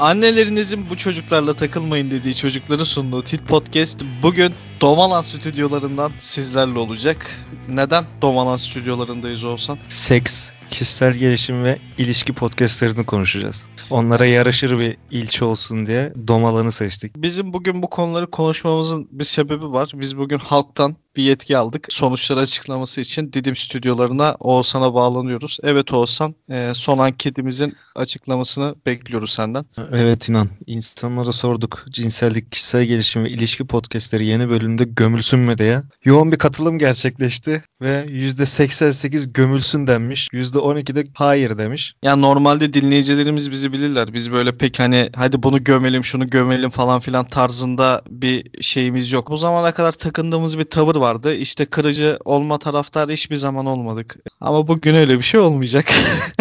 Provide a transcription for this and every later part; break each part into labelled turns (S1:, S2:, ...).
S1: Annelerinizin bu çocuklarla takılmayın dediği çocukların sunduğu Tit Podcast bugün Domalan stüdyolarından sizlerle olacak. Neden Domalan stüdyolarındayız Oğuzhan?
S2: Seks, kişisel gelişim ve ilişki podcastlerini konuşacağız. Onlara yaraşır bir ilçe olsun diye Domalan'ı seçtik.
S1: Bizim bugün bu konuları konuşmamızın bir sebebi var. Biz bugün halktan bir yetki aldık. Sonuçları açıklaması için Didim stüdyolarına Oğuzhan'a bağlanıyoruz. Evet Oğuzhan, son anketimizin açıklamasını bekliyoruz senden.
S2: Evet İnan, insanlara sorduk. Cinsellik, kişisel gelişim ve ilişki podcastleri yeni bölümde gömülsün mü diye. Yoğun bir katılım gerçekleşti ve %88 gömülsün denmiş. %12 de hayır demiş.
S1: Ya normalde dinleyicilerimiz bizi bilirler. Biz böyle pek hani hadi bunu gömelim, şunu gömelim falan filan tarzında bir şeyimiz yok. Bu zamana kadar takındığımız bir tavır vardı. İşte kırıcı olma taraftarı hiçbir zaman olmadık. Ama bugün öyle bir şey olmayacak.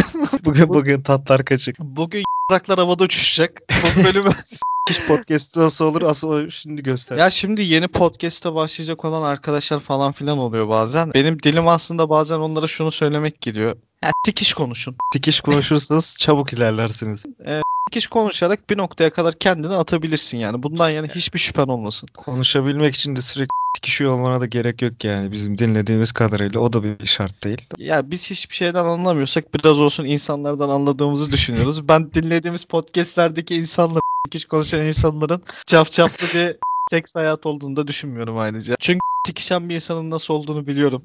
S2: Bugün tatlar kaçık.
S1: Bugün y***lar havada uçuşacak. Bu bölümü...
S2: İş podcast'ı nasıl olur asıl şimdi göster.
S1: Ya şimdi yeni podcast'a başlayacak olan arkadaşlar falan filan oluyor bazen. Benim dilim aslında bazen onlara şunu söylemek geliyor. Ya sikiş konuşun.
S2: Dikiş konuşursanız çabuk ilerlersiniz.
S1: Sikiş konuşarak bir noktaya kadar kendini atabilirsin yani. Bundan yani hiçbir şüphen olmasın.
S2: Konuşabilmek için de sürekli dikişiyor olmana da gerek yok yani bizim dinlediğimiz kadarıyla o da bir şart değil.
S1: Ya biz hiçbir şeyden anlamıyorsak biraz olsun insanlardan anladığımızı düşünüyoruz. Ben dinlediğimiz podcastlerdeki insanlar, sikiş konuşan insanların cafcaflı bir seks hayatı olduğunu da düşünmüyorum ayrıca. Çünkü sikişen bir insanın nasıl olduğunu biliyorum.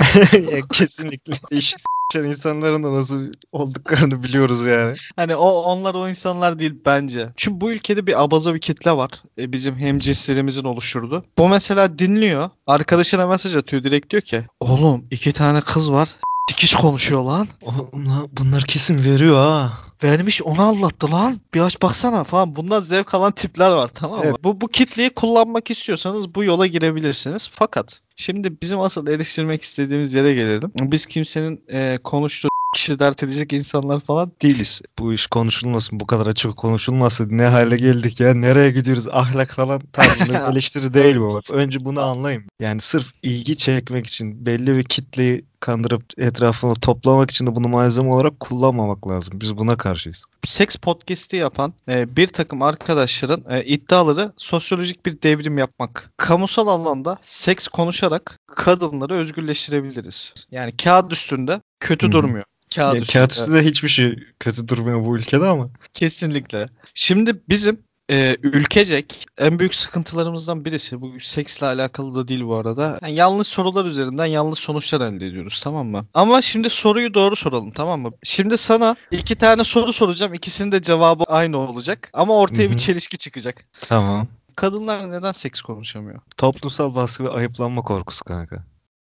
S2: Ya kesinlikle değişik insanların da nasıl olduklarını biliyoruz yani.
S1: Hani onlar o insanlar değil bence. Çünkü bu ülkede bir abaza bir kitle var. Bizim hemcinslerimizin oluşturduğu. Bu mesela dinliyor. Arkadaşına mesaj atıyor, direkt diyor ki oğlum 2 tane kız var. Dikiş konuşuyor lan.
S2: Bunlar kesin veriyor ha.
S1: Vermiş, onu anlattı lan. Bir aç baksana falan. Bundan zevk alan tipler var, tamam mı?
S2: Evet.
S1: Bu kitleyi kullanmak istiyorsanız bu yola girebilirsiniz. Fakat şimdi bizim asıl eleştirmek istediğimiz yere gelelim. Biz kimsenin konuştuğu kişi dert edecek insanlar falan değiliz.
S2: Bu iş konuşulmasın, bu kadar açık konuşulmasın. Ne hale geldik ya, nereye gidiyoruz, ahlak falan tarzında bir eleştiri değil bu. Bak. Önce bunu anlayın. Yani sırf ilgi çekmek için belli bir kitleyi kandırıp etrafına toplamak için de bunu malzeme olarak kullanmamak lazım. Biz buna karşıyız.
S1: Seks podcast'i yapan bir takım arkadaşların iddiaları sosyolojik bir devrim yapmak. Kamusal alanda seks konuşarak kadınları özgürleştirebiliriz. Yani kağıt üstünde kötü
S2: Hı hı.
S1: durmuyor. Kağıt
S2: Ya,
S1: üstünde.
S2: kağıt üstünde hiçbir şey kötü durmuyor bu ülkede ama.
S1: Kesinlikle. Şimdi bizim ülkecek en büyük sıkıntılarımızdan birisi, bu seksle alakalı da değil bu arada. Yani yanlış sorular üzerinden yanlış sonuçlar elde ediyoruz, tamam mı? Ama şimdi soruyu doğru soralım, tamam mı? Şimdi sana 2 tane soru soracağım. İkisinin de cevabı aynı olacak. Ama ortaya
S2: Hı
S1: bir
S2: hı.
S1: çelişki çıkacak.
S2: Tamam.
S1: Kadınlar neden seks konuşamıyor?
S2: Toplumsal baskı ve ayıplanma korkusu kanka.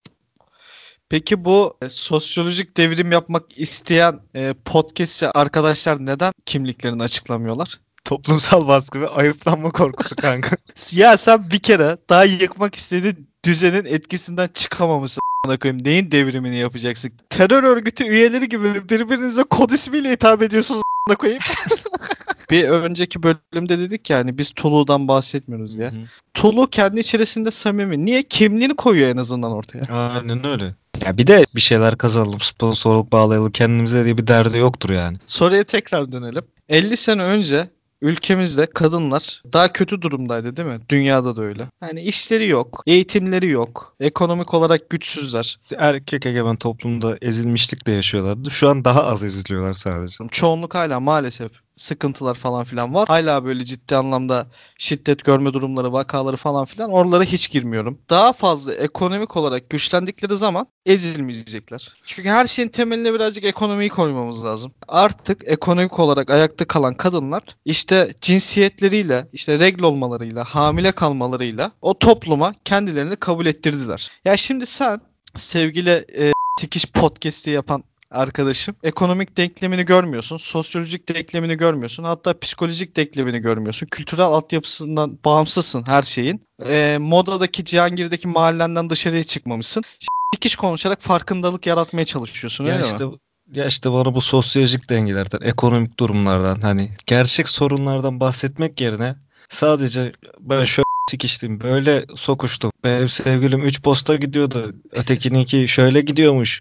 S1: Peki bu sosyolojik devrim yapmak isteyen podcastçi arkadaşlar neden kimliklerini açıklamıyorlar?
S2: Toplumsal baskı ve ayıplanma korkusu kanka.
S1: Ya sen bir kere daha yıkmak istediğin düzenin etkisinden çıkamamışsın. A**ına koyayım. Neyin devrimini yapacaksın? Terör örgütü üyeleri gibi birbirinize kod ismiyle hitap ediyorsunuz a**ına koyayım. Bir önceki bölümde dedik ya hani biz Tulu'dan bahsetmiyoruz ya.
S2: Hı hı.
S1: Tulu kendi içerisinde samimi. Niye? Kimliğini koyuyor en azından ortaya.
S2: Aynen öyle. Ya bir de bir şeyler kazanalım, sponsorluk bağlayalım kendimize diye bir derdi yoktur yani.
S1: Soruya tekrar dönelim. 50 sene önce ülkemizde kadınlar daha kötü durumdaydı, değil mi? Dünyada da öyle. Yani işleri yok, eğitimleri yok, ekonomik olarak güçsüzler.
S2: Erkek egemen toplumda ezilmişlikle yaşıyorlardı. Şu an daha az eziliyorlar sadece.
S1: Çoğunluk hala maalesef sıkıntılar falan filan var. Hala böyle ciddi anlamda şiddet görme durumları, vakaları falan filan, oralara hiç girmiyorum. Daha fazla ekonomik olarak güçlendikleri zaman ezilmeyecekler. Çünkü her şeyin temeline birazcık ekonomiyi koymamız lazım. Artık ekonomik olarak ayakta kalan kadınlar işte cinsiyetleriyle, işte regl olmalarıyla, hamile kalmalarıyla o topluma kendilerini kabul ettirdiler. Ya şimdi sen sevgili sikiş podcast'i yapan arkadaşım, ekonomik denklemini görmüyorsun, sosyolojik denklemini görmüyorsun, hatta psikolojik denklemini görmüyorsun. Kültürel altyapısından bağımsızsın her şeyin. Modadaki, Cihangir'deki mahallenden dışarıya çıkmamışsın. Sikiş konuşarak farkındalık yaratmaya çalışıyorsun,
S2: Ya
S1: öyle mi?
S2: işte ya işte bana bu sosyolojik dengelerden, ekonomik durumlardan hani gerçek sorunlardan bahsetmek yerine sadece ben şöyle sikiştim, böyle sokuştum. Benim sevgilim 3 posta gidiyordu. Ötekininki şöyle gidiyormuş.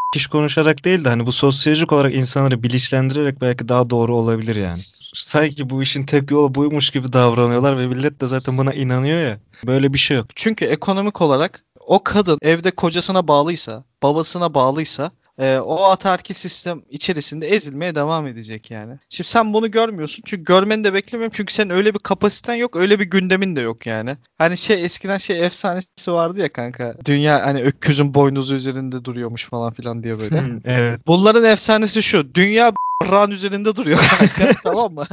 S2: iş konuşarak değil de hani bu sosyolojik olarak insanları bilinçlendirerek belki daha doğru olabilir yani. Sanki bu işin tek yolu buymuş gibi davranıyorlar ve millet de zaten buna inanıyor ya. Böyle bir şey yok.
S1: Çünkü ekonomik olarak o kadın evde kocasına bağlıysa, babasına bağlıysa o ataerkil sistem içerisinde ezilmeye devam edecek yani. Şimdi sen bunu görmüyorsun çünkü görmeni de beklemiyorum çünkü senin öyle bir kapasiten yok, öyle bir gündemin de yok yani. Hani eskiden efsanesi vardı ya kanka. Dünya hani öküzün boynuzu üzerinde duruyormuş falan filan diye böyle.
S2: Evet.
S1: Bunların efsanesi şu. Dünya ran üzerinde duruyor kanka tamam mı?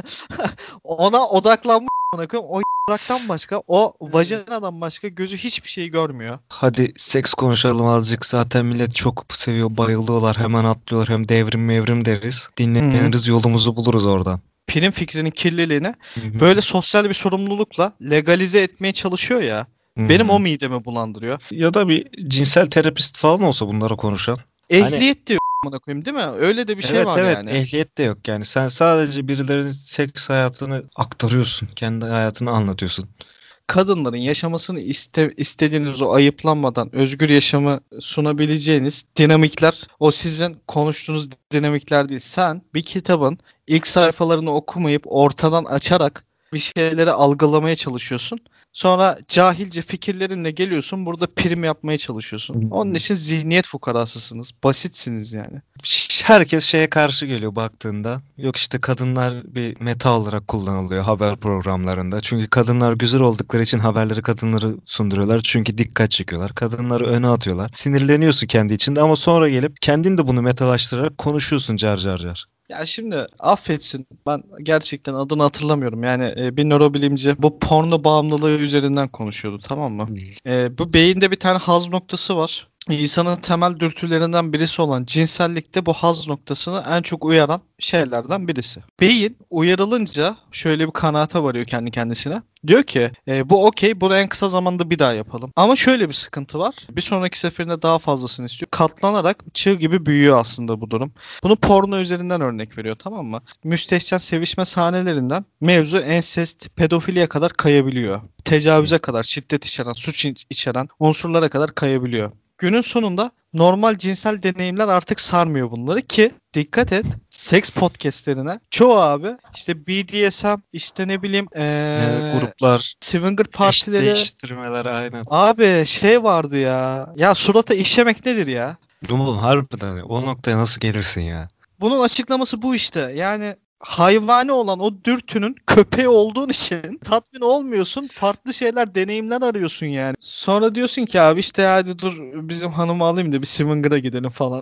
S1: Ona odaklanmış amına koyayım. O raktan başka, o vajinadan başka gözü hiçbir şey görmüyor.
S2: Hadi seks konuşalım azıcık. Zaten millet çok seviyor, bayılıyorlar. Hemen atlıyorlar. Hem devrim mevrim deriz.
S1: Hı.
S2: Dinleniriz, yolumuzu buluruz oradan.
S1: Prim fikrinin kirliliğini
S2: Hı hı.
S1: böyle sosyal bir sorumlulukla legalize etmeye çalışıyor ya.
S2: Hı
S1: Benim o
S2: hı.
S1: midemi bulandırıyor.
S2: Ya da bir cinsel terapist falan olsa bunlara konuşan. Hani
S1: Ehliyet diyor amına koyayım değil mi? Öyle de bir şey
S2: evet
S1: var
S2: evet,
S1: yani.
S2: ehliyet de yok yani. Sen sadece birilerinin seks hayatını aktarıyorsun. Kendi hayatını anlatıyorsun.
S1: Kadınların yaşamasını istediğiniz o ayıplanmadan özgür yaşamı sunabileceğiniz dinamikler o sizin konuştuğunuz dinamikler değil. Sen bir kitabın ilk sayfalarını okumayıp ortadan açarak bir şeyleri algılamaya çalışıyorsun. Sonra cahilce fikirlerinle geliyorsun burada prim yapmaya çalışıyorsun. Onun için zihniyet fukarasısınız. Basitsiniz yani.
S2: Herkes şeye karşı geliyor baktığında. Yok işte kadınlar bir meta olarak kullanılıyor haber programlarında. Çünkü kadınlar güzel oldukları için haberleri kadınları sunduruyorlar. Çünkü dikkat çekiyorlar. Kadınları öne atıyorlar. Sinirleniyorsun kendi içinde ama sonra gelip kendin de bunu metalaştırarak konuşuyorsun car car car.
S1: Ya şimdi affetsin ben gerçekten adını hatırlamıyorum. Yani bir nörobilimci bu porno bağımlılığı üzerinden konuşuyordu tamam mı? Bu beyinde bir tane haz noktası var. İnsanın temel dürtülerinden birisi olan cinsellikte bu haz noktasını en çok uyaran şeylerden birisi. Beyin uyarılınca şöyle bir kanaate varıyor kendi kendisine. Diyor ki bu okey bunu en kısa zamanda bir daha yapalım. Ama şöyle bir sıkıntı var. Bir sonraki seferinde daha fazlasını istiyor. Katlanarak çığ gibi büyüyor aslında bu durum. Bunu porno üzerinden örnek veriyor tamam mı? Müstehcen sevişme sahnelerinden mevzu ensest, pedofiliye kadar kayabiliyor. Tecavüze kadar, şiddet içeren, suç içeren unsurlara kadar kayabiliyor. Günün sonunda normal cinsel deneyimler artık sarmıyor bunları ki dikkat et seks podcastlerine çoğu abi işte BDSM işte ne bileyim
S2: Gruplar,
S1: swinger
S2: eş
S1: partileri
S2: değiştirmeler aynen.
S1: abi şey vardı ya surata işemek nedir ya?
S2: Oğlum harbiden o noktaya nasıl gelirsin ya?
S1: Bunun açıklaması bu işte. Yani hayvani olan o dürtünün köpeği olduğun için tatmin olmuyorsun. Farklı şeyler, deneyimler arıyorsun yani. Sonra diyorsun ki abi işte hadi dur bizim hanımı alayım da bir swinger'a gidelim falan.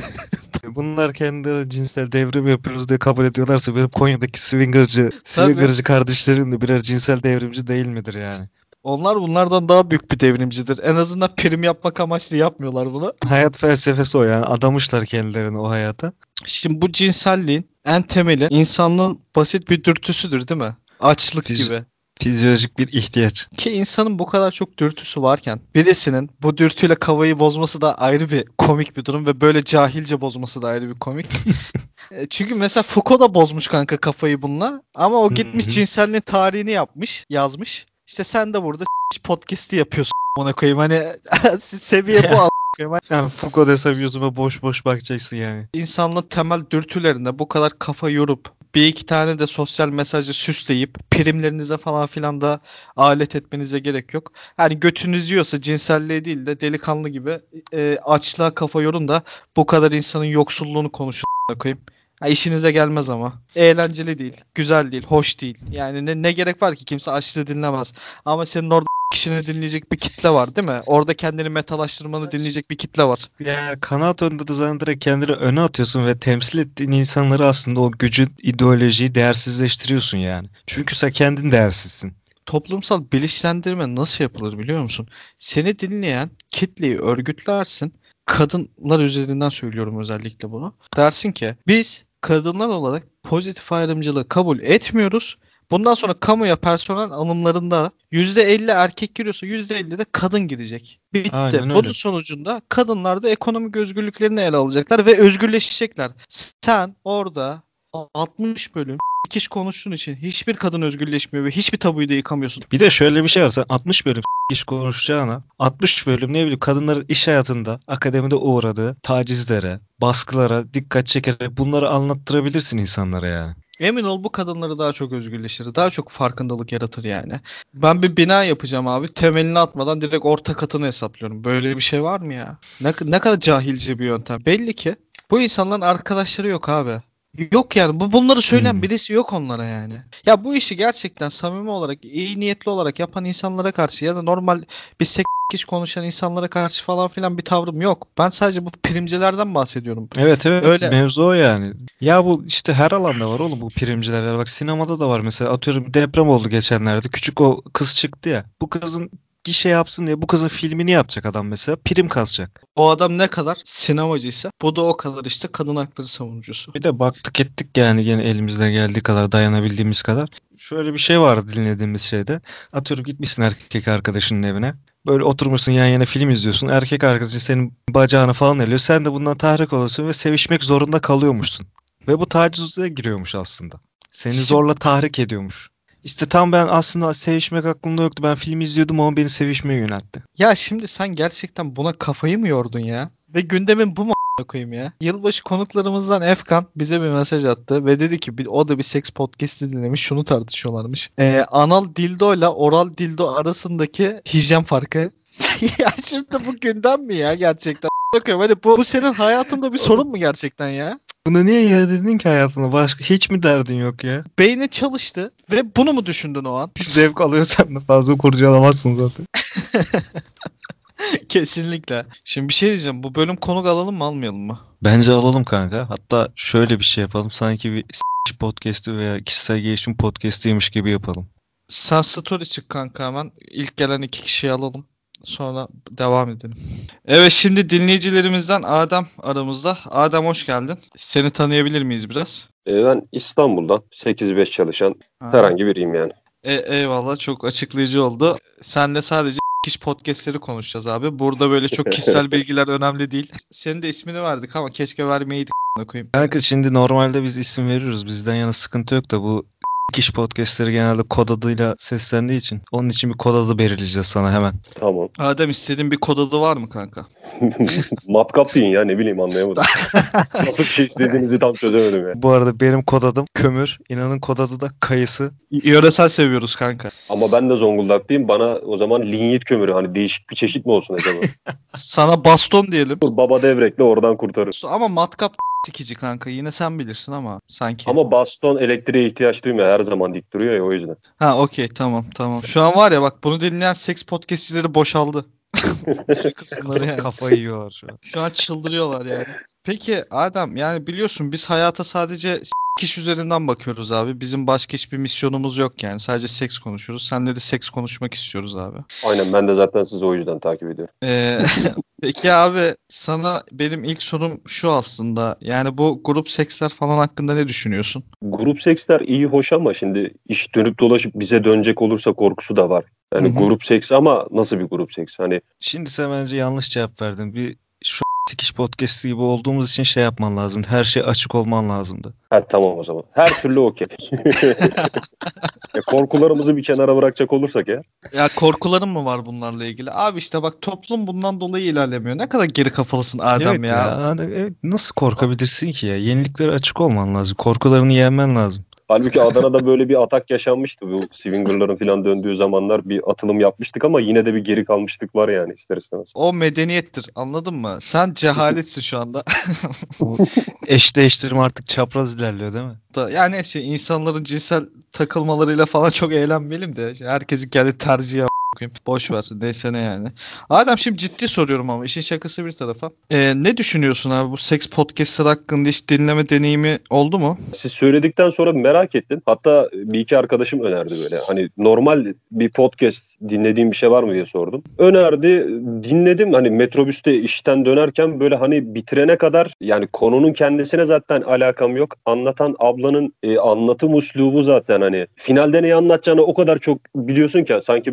S2: Bunlar kendileri cinsel devrim yapıyoruz diye kabul ediyorlarsa benim Konya'daki swingerci,
S1: Tabii.
S2: swingerci kardeşlerim de birer cinsel devrimci değil midir yani?
S1: Onlar bunlardan daha büyük bir devrimcidir. En azından prim yapmak amaçlı yapmıyorlar bunu.
S2: Hayat felsefesi o yani. Adamışlar kendilerini o hayata.
S1: Şimdi bu cinselliğin en temeli insanlığın basit bir dürtüsüdür değil mi? Açlık
S2: Fiz-
S1: gibi.
S2: Fizyolojik bir ihtiyaç.
S1: Ki insanın bu kadar çok dürtüsü varken birisinin bu dürtüyle kafayı bozması da ayrı bir komik bir durum ve böyle cahilce bozması da ayrı bir komik. Çünkü mesela Foucault da bozmuş kanka kafayı bununla ama o
S2: Hı
S1: gitmiş
S2: hı.
S1: cinselliğin tarihini yapmış, yazmış. İşte sen de burada podcast'i yapıyorsun ona koyayım hani seviye bu koyayım.
S2: Yani Foucault desem yüzüme boş boş bakacaksın yani.
S1: İnsanlığın temel dürtülerinde bu kadar kafa yorup bir iki tane de sosyal mesajı süsleyip primlerinize falan filan da alet etmenize gerek yok. Yani götünüz yiyorsa cinselliğe değil de delikanlı gibi açlığa kafa yorun da bu kadar insanın yoksulluğunu konuşun koyayım. Ha, işinize gelmez ama. Eğlenceli değil, güzel değil, hoş değil. Yani ne gerek var ki kimse açlığı dinlemez. Ama senin orada kişini dinleyecek bir kitle var değil mi? Orada kendini metalaştırmanı dinleyecek bir kitle var.
S2: Yani kanaat önderinde zannederek kendini öne atıyorsun ve temsil ettiğin insanları aslında o gücü, ideolojiyi değersizleştiriyorsun yani. Çünkü sen kendin değersizsin.
S1: Toplumsal bilinçlendirme nasıl yapılır biliyor musun? Seni dinleyen kitleyi örgütlersin. Kadınlar üzerinden söylüyorum özellikle bunu. Dersin ki biz kadınlar olarak pozitif ayrımcılığı kabul etmiyoruz. Bundan sonra kamuya personel alımlarında %50 erkek giriyorsa %50 de kadın girecek. Bitti.
S2: Aynen
S1: Bunun
S2: öyle.
S1: sonucunda kadınlar da ekonomik özgürlüklerini ele alacaklar ve özgürleşecekler. Sen orada 60 bölüm kişi konuştuğun için hiçbir kadın özgürleşmiyor ve hiçbir tabuyu da yıkamıyorsun.
S2: Bir de şöyle bir şey var. Sen 60 bölüm iş konuşacağına 60 bölüm ne bileyim kadınların iş hayatında akademide uğradığı tacizlere, baskılara dikkat çekerek bunları anlattırabilirsin insanlara yani.
S1: Emin ol bu kadınları daha çok özgürleştirir. Daha çok farkındalık yaratır yani. Ben bir bina yapacağım abi. Temelini atmadan direkt orta katını hesaplıyorum. Böyle bir şey var mı ya? Ne kadar cahilce bir yöntem. Belli ki bu insanların arkadaşları yok abi. Yok yani. Bunları söyleyen
S2: Hmm.
S1: birisi yok onlara yani. Ya bu işi gerçekten samimi olarak, iyi niyetli olarak yapan insanlara karşı ya da normal bir iş konuşan insanlara karşı falan filan bir tavrım yok. Ben sadece bu primcilerden bahsediyorum.
S2: Evet evet,
S1: Öyle
S2: mevzu o yani. Ya bu işte her alanda var oğlum bu primciler. Bak sinemada da var mesela, atıyorum bir deprem oldu geçenlerde. Küçük o kız çıktı ya. Bu kızın gişe yapsın diye bu kızın filmini yapacak adam mesela. Prim kasacak.
S1: o adam ne kadar sinemacıysa bu da o kadar işte kadın hakları savunucusu.
S2: Bir de baktık ettik yani yine elimizden geldiği kadar dayanabildiğimiz kadar. Şöyle bir şey vardı dinlediğimiz şeyde. Atıyorum gitmişsin erkek arkadaşının evine. Böyle oturmuşsun yan yana film izliyorsun. Erkek arkadaşın senin bacağını falan eliyor. Sen de bundan tahrik oluyorsun ve sevişmek zorunda kalıyormuşsun. Ve bu tacize giriyormuş aslında. Seni
S1: Şimdi,
S2: zorla tahrik ediyormuş. İşte tam ben aslında sevişmek aklımda yoktu. Ben film izliyordum ama beni sevişmeye yöneltti.
S1: ya şimdi sen gerçekten buna kafayı mı yordun ya? Ve gündemin bu mu a**ına koyayım ya? Yılbaşı konuklarımızdan Efkan bize bir mesaj attı ve dedi ki o da bir seks podcast'i dinlemiş, şunu tartışıyorlarmış. Anal dildo ile oral dildo arasındaki hijyen farkı. Ya şimdi bu gündem mi ya gerçekten? A**ına koyayım. Hani bu senin hayatında bir sorun mu gerçekten ya?
S2: Buna niye yer dedin ki hayatında? Başka hiç mi derdin yok ya?
S1: Beyni çalıştı ve bunu mu düşündün o an?
S2: Zevk alıyorsan da fazla kurcalamazsın zaten.
S1: Kesinlikle. Şimdi bir şey diyeceğim. Bu bölüm konuk alalım mı almayalım mı?
S2: Bence alalım kanka. Hatta şöyle bir şey yapalım. Sanki bir podcast'i veya kişisel gelişim podcast'iymiş gibi yapalım.
S1: Sen story çık kanka hemen. İlk gelen iki kişiyi alalım. Sonra devam edelim. Evet şimdi dinleyicilerimizden Adem aramızda. Adem hoş geldin. Seni tanıyabilir miyiz biraz?
S3: Ben İstanbul'dan 8-5 çalışan
S1: Aha.
S3: herhangi biriyim yani.
S1: Eyvallah çok açıklayıcı oldu. Senle sadece iş podcastleri konuşacağız abi. Burada böyle çok kişisel bilgiler önemli değil. Senin de ismini verdik ama keşke vermeyeydik a**ına koyayım.
S2: Kanka şimdi normalde biz isim veriyoruz. Bizden yana sıkıntı yok da bu kişi podcast'leri genelde kod adıyla seslendiği için. Onun için bir kod adı belirleyeceğiz sana hemen.
S3: Tamam.
S1: Adem istediğin bir kod adı var mı kanka?
S3: Matkap deyin ya, ne bileyim, anlayamadım. Nasıl bir şey istediğinizi tam çözemedim ya.
S2: Bu arada benim kod adım Kömür. İnanın kod adı da Kayısı.
S1: Yöresel seviyoruz kanka.
S3: Ama ben de Zonguldaklıyım. Bana o zaman linyit kömürü, hani değişik bir çeşit mi olsun acaba?
S1: Sana baston diyelim.
S3: Dur, baba devrekle oradan kurtarır.
S1: Ama matkap sikici kanka. Yine sen bilirsin ama sanki.
S3: Ama baston elektriğe ihtiyaç duymuyor. Her zaman dik duruyor ya, o yüzden.
S1: Ha okey tamam. Şu an var ya bak bunu dinleyen seks podcastçileri boşaldı. Şu kısımları yani.
S2: Kafayı yiyorlar şu an.
S1: Şu an çıldırıyorlar yani. Peki Adem yani biliyorsun biz hayata sadece iş üzerinden bakıyoruz abi. Bizim başka hiçbir misyonumuz yok yani. Sadece seks konuşuyoruz. Seninle de seks konuşmak istiyoruz abi.
S3: Aynen, ben de zaten sizi o yüzden takip ediyorum.
S1: Ee, peki abi sana benim ilk sorum şu aslında. Yani bu grup seksler falan hakkında ne düşünüyorsun?
S3: Grup seksler iyi hoş ama şimdi iş dönüp dolaşıp bize dönecek olursa korkusu da var. Yani
S1: Hı hı.
S3: grup seks ama nasıl bir grup seks? Hani
S2: Şimdi sen bence yanlış cevap verdin. Bir şu sikiş podcast'i gibi olduğumuz için şey yapman lazım. Her şey açık olman lazımdı.
S3: tamam o zaman. Her türlü okey. Korkularımızı bir kenara bırakacak olursak ya.
S1: Ya korkuların mı var bunlarla ilgili? Abi işte bak toplum bundan dolayı ilerlemiyor. Ne kadar geri kafalısın Adem
S2: Evet
S1: ya.
S2: ya. Evet, nasıl korkabilirsin ki ya? Yeniliklere açık olman lazım. Korkularını yenmen lazım.
S3: Halbuki Adana'da böyle bir atak yaşanmıştı. Bu swingerların falan döndüğü zamanlar bir atılım yapmıştık ama yine de bir geri kalmışlık var yani, ister istemez.
S1: O medeniyettir anladın mı? Sen cehaletsin şu anda.
S2: Bu eş değiştirme artık çapraz ilerliyor değil mi?
S1: Yani insanların cinsel takılmalarıyla falan çok eğlenmeyelim de herkesin kendi tercihi koyayım. Boş ver. Neyse ne yani. Adem şimdi ciddi soruyorum ama işin şakası bir tarafa. Ne düşünüyorsun abi bu seks podcast'lar hakkında hiç dinleme deneyimi oldu mu?
S3: Siz söyledikten sonra merak ettim. Hatta bir iki arkadaşım önerdi böyle. Hani normal bir podcast dinlediğim bir şey var mı diye sordum. Önerdi, dinledim. Hani metrobüste işten dönerken böyle hani bitirene kadar, yani konunun kendisine zaten alakam yok. Anlatan ablanın anlatım üslubu zaten hani finalde neyi anlatacağını o kadar çok biliyorsun ki sanki böyle bir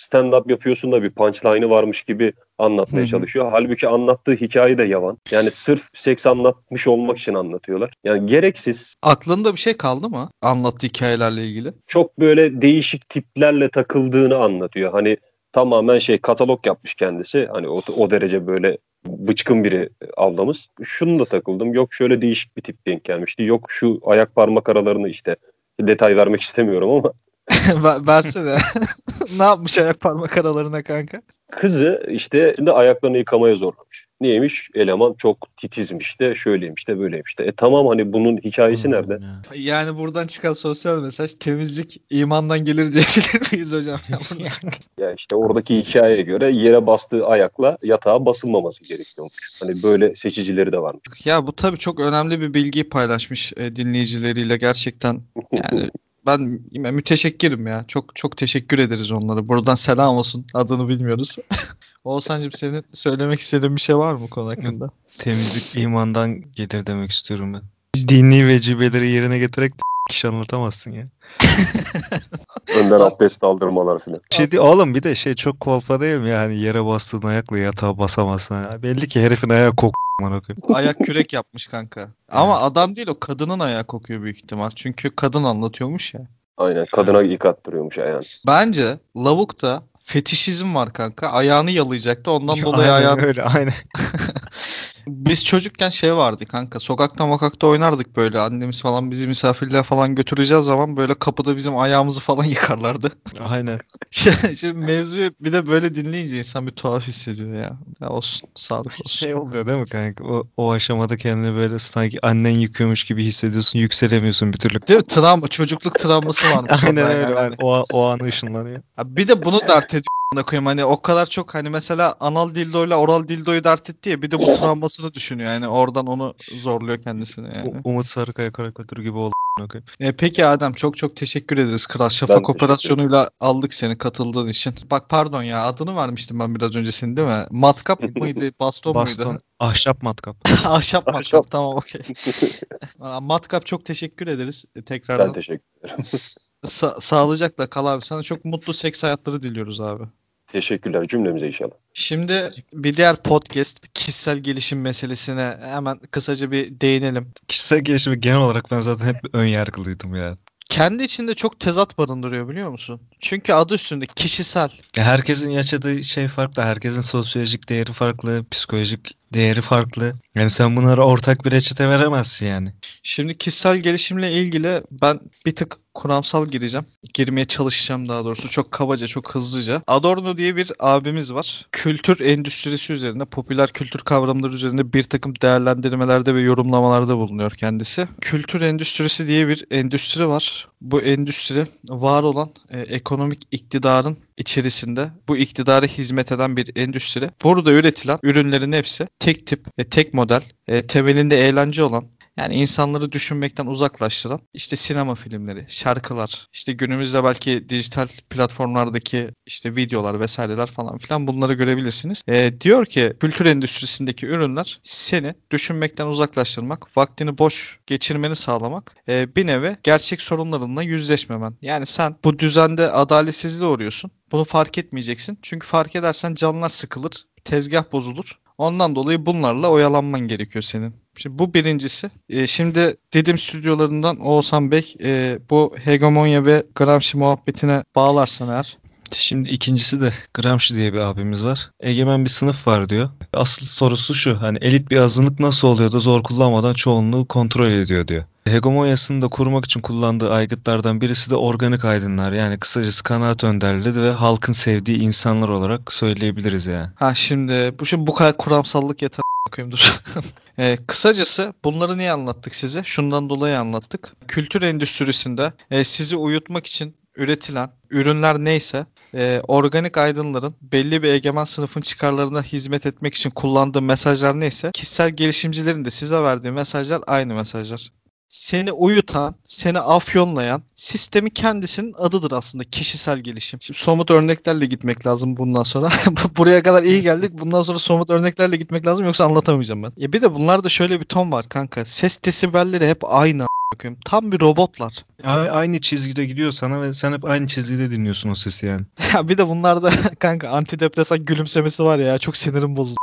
S3: stand-up yapıyorsun da bir punchline'ı varmış gibi anlatmaya çalışıyor. Halbuki anlattığı hikaye de yavan. Yani sırf seks anlatmış olmak için anlatıyorlar. Yani gereksiz.
S1: Aklında bir şey kaldı mı anlattığı hikayelerle ilgili?
S3: Çok böyle değişik tiplerle takıldığını anlatıyor. Hani tamamen katalog yapmış kendisi. Hani o derece böyle bıçkın biri ablamız. Şunu da takıldım. Yok şöyle değişik bir tip denk gelmişti. Yok şu ayak parmak aralarını detay vermek istemiyorum ama
S1: Versene. Ne yapmış ayak parmak aralarına kanka?
S3: kızı şimdi ayaklarını yıkamaya zorlamış. Niyeymiş? Eleman çok titizmiş de şöyleymiş de böyleymiş de. Tamam hani bunun hikayesi nerede?
S1: Yani buradan çıkan sosyal mesaj temizlik imandan gelir diyebilir miyiz hocam?
S3: Ya oradaki hikayeye göre yere bastığı ayakla yatağa basılmaması gerekiyormuş. Hani böyle seçicileri de varmış.
S1: Ya bu tabii çok önemli bir bilgiyi paylaşmış dinleyicileriyle gerçekten. Yani ben yine müteşekkirim ya. Çok çok teşekkür ederiz onlara. Buradan selam olsun. Adını bilmiyoruz. Oğuzhan'cığım senin söylemek istediğin bir şey var mı bu konu hakkında?
S2: Temizlik imandan gelir demek istiyorum ben. Dini vecibeleri yerine getirerek kişi anlatamazsın ya.
S3: Önden abdest aldırmalar filan.
S2: Oğlum bir de çok kolpa değil mi yani yere bastığın ayakla yatağa basamazsın. Yani belli ki herifin ayağı amına koyayım.
S1: Ayak kürek yapmış kanka. Ama adam değil o kadının ayağı kokuyor büyük ihtimal. Çünkü kadın anlatıyormuş ya.
S3: Aynen kadına yıkattırıyormuş ayağını.
S1: Bence lavukta fetişizm var kanka. Ayağını yalayacaktı. Ondan dolayı
S2: Aynen
S1: ayağını...
S2: öyle aynen.
S1: Biz çocukken vardı kanka. Sokakta oynardık böyle. Annemiz falan bizi misafirliğe falan götüreceğiz zaman böyle kapıda bizim ayağımızı falan yıkarlardı.
S2: Aynen.
S1: Şimdi mevzuyu bir de böyle dinleyince insan bir tuhaf hissediyor ya. Ya olsun. Sağlık olsun.
S2: Oluyor değil mi kanka? O aşamada kendini böyle sanki annen yıkıyormuş gibi hissediyorsun. Yükselemiyorsun bir türlü.
S1: Değil mi? Travma, çocukluk travması varmış.
S2: Aynen
S1: orada
S2: öyle.
S1: yani.
S2: O an ışınlanıyor.
S1: Ha, bir de bunu dert ediyor. amına koyayım. Hani o kadar çok hani mesela anal dildoyla oral dildoyu dert etti ya bir de bu travmasını düşünüyor. Yani oradan onu zorluyor kendisini yani.
S2: Umut Sarıkaya karikatür gibi oldu.
S1: Peki Adem çok çok teşekkür ederiz. Kral
S3: Ben
S1: Şafak
S3: teşekkür
S1: operasyonuyla aldık seni katıldığın için. Bak pardon ya adını vermiştim ben biraz önce senin değil mi? Matkap mıydı? Baston muydu?
S2: Baston, ahşap matkap.
S1: Ahşap matkap
S3: Ahşap.
S1: tamam okey. Matkap çok teşekkür ederiz
S3: Ben
S1: tekrardan.
S3: teşekkür ederim.
S1: Sağlıcakla kal abi. Sana çok mutlu seks hayatları diliyoruz abi.
S3: Teşekkürler cümlemize inşallah.
S1: Şimdi bir diğer podcast kişisel gelişim meselesine hemen kısaca bir değinelim.
S2: Kişisel gelişimi genel olarak ben zaten hep ön yargılıydım ya.
S1: Kendi içinde çok tezat barındırıyor biliyor musun? Çünkü adı üstünde kişisel.
S2: Herkesin yaşadığı şey farklı. Herkesin sosyolojik değeri farklı. Psikolojik değeri farklı. Yani sen bunlara ortak bir reçete veremezsin yani.
S1: Şimdi kişisel gelişimle ilgili ben bir tık kuramsal gireceğim. Girmeye çalışacağım daha doğrusu. Çok kabaca, çok hızlıca. Adorno diye bir abimiz var. Kültür endüstrisi üzerine, popüler kültür kavramları üzerinde bir takım değerlendirmelerde ve yorumlamalarda bulunuyor kendisi. Kültür endüstrisi diye bir endüstri var. Bu endüstri var olan ekonomik iktidarın içerisinde bu iktidara hizmet eden bir endüstri. Burada üretilen ürünlerin hepsi tek tip, tek model, temelinde eğlence olan yani insanları düşünmekten uzaklaştıran işte sinema filmleri, şarkılar, işte günümüzde belki dijital platformlardaki işte videolar vesaireler falan filan bunları görebilirsiniz. Diyor ki kültür endüstrisindeki ürünler seni düşünmekten uzaklaştırmak, vaktini boş geçirmeni sağlamak, bir nevi gerçek sorunlarınla yüzleşmemen. Yani sen bu düzende adaletsizliğe uğruyorsun. Bunu fark etmeyeceksin. Çünkü fark edersen canlar sıkılır, tezgah bozulur. Ondan dolayı bunlarla oyalanman gerekiyor senin. Şimdi bu birincisi. Şimdi Didim stüdyolarından Oğuzhan Bey bu hegemonya ve Gramsci muhabbetine bağlarsan eğer.
S2: Şimdi ikincisi de Gramsci diye bir abimiz var. Egemen bir sınıf var diyor. Asıl sorusu şu. Hani elit bir azınlık nasıl oluyor da zor kullanmadan çoğunluğu kontrol ediyor diyor. Hegemonyasını da kurmak için kullandığı aygıtlardan birisi de organik aydınlar. Yani kısacası kanaat önderleri ve halkın sevdiği insanlar olarak söyleyebiliriz yani.
S1: Şimdi bu kadar kuramsallık yeter. Bakayım dur. Kısacası bunları niye anlattık size? Şundan dolayı anlattık. Kültür endüstrisinde sizi uyutmak için üretilen ürünler neyse organik aydınların belli bir egemen sınıfın çıkarlarına hizmet etmek için kullandığı mesajlar neyse kişisel gelişimcilerin de size verdiği mesajlar aynı mesajlar. Seni uyutan, seni afyonlayan sistemi kendisinin adıdır aslında kişisel gelişim. Şimdi somut örneklerle gitmek lazım bundan sonra. Buraya kadar iyi geldik. Bundan sonra somut örneklerle gitmek lazım yoksa anlatamayacağım ben. Bir de bunlarda şöyle bir ton var kanka. Ses desibelleri hep aynı. koyayım. Tam bir robotlar.
S2: Aynı çizgide gidiyor sana ve sen hep aynı çizgide dinliyorsun o sesi yani.
S1: Ya bir de bunlarda kanka antidepresan gülümsemesi var ya. Çok sinirim bozuldu.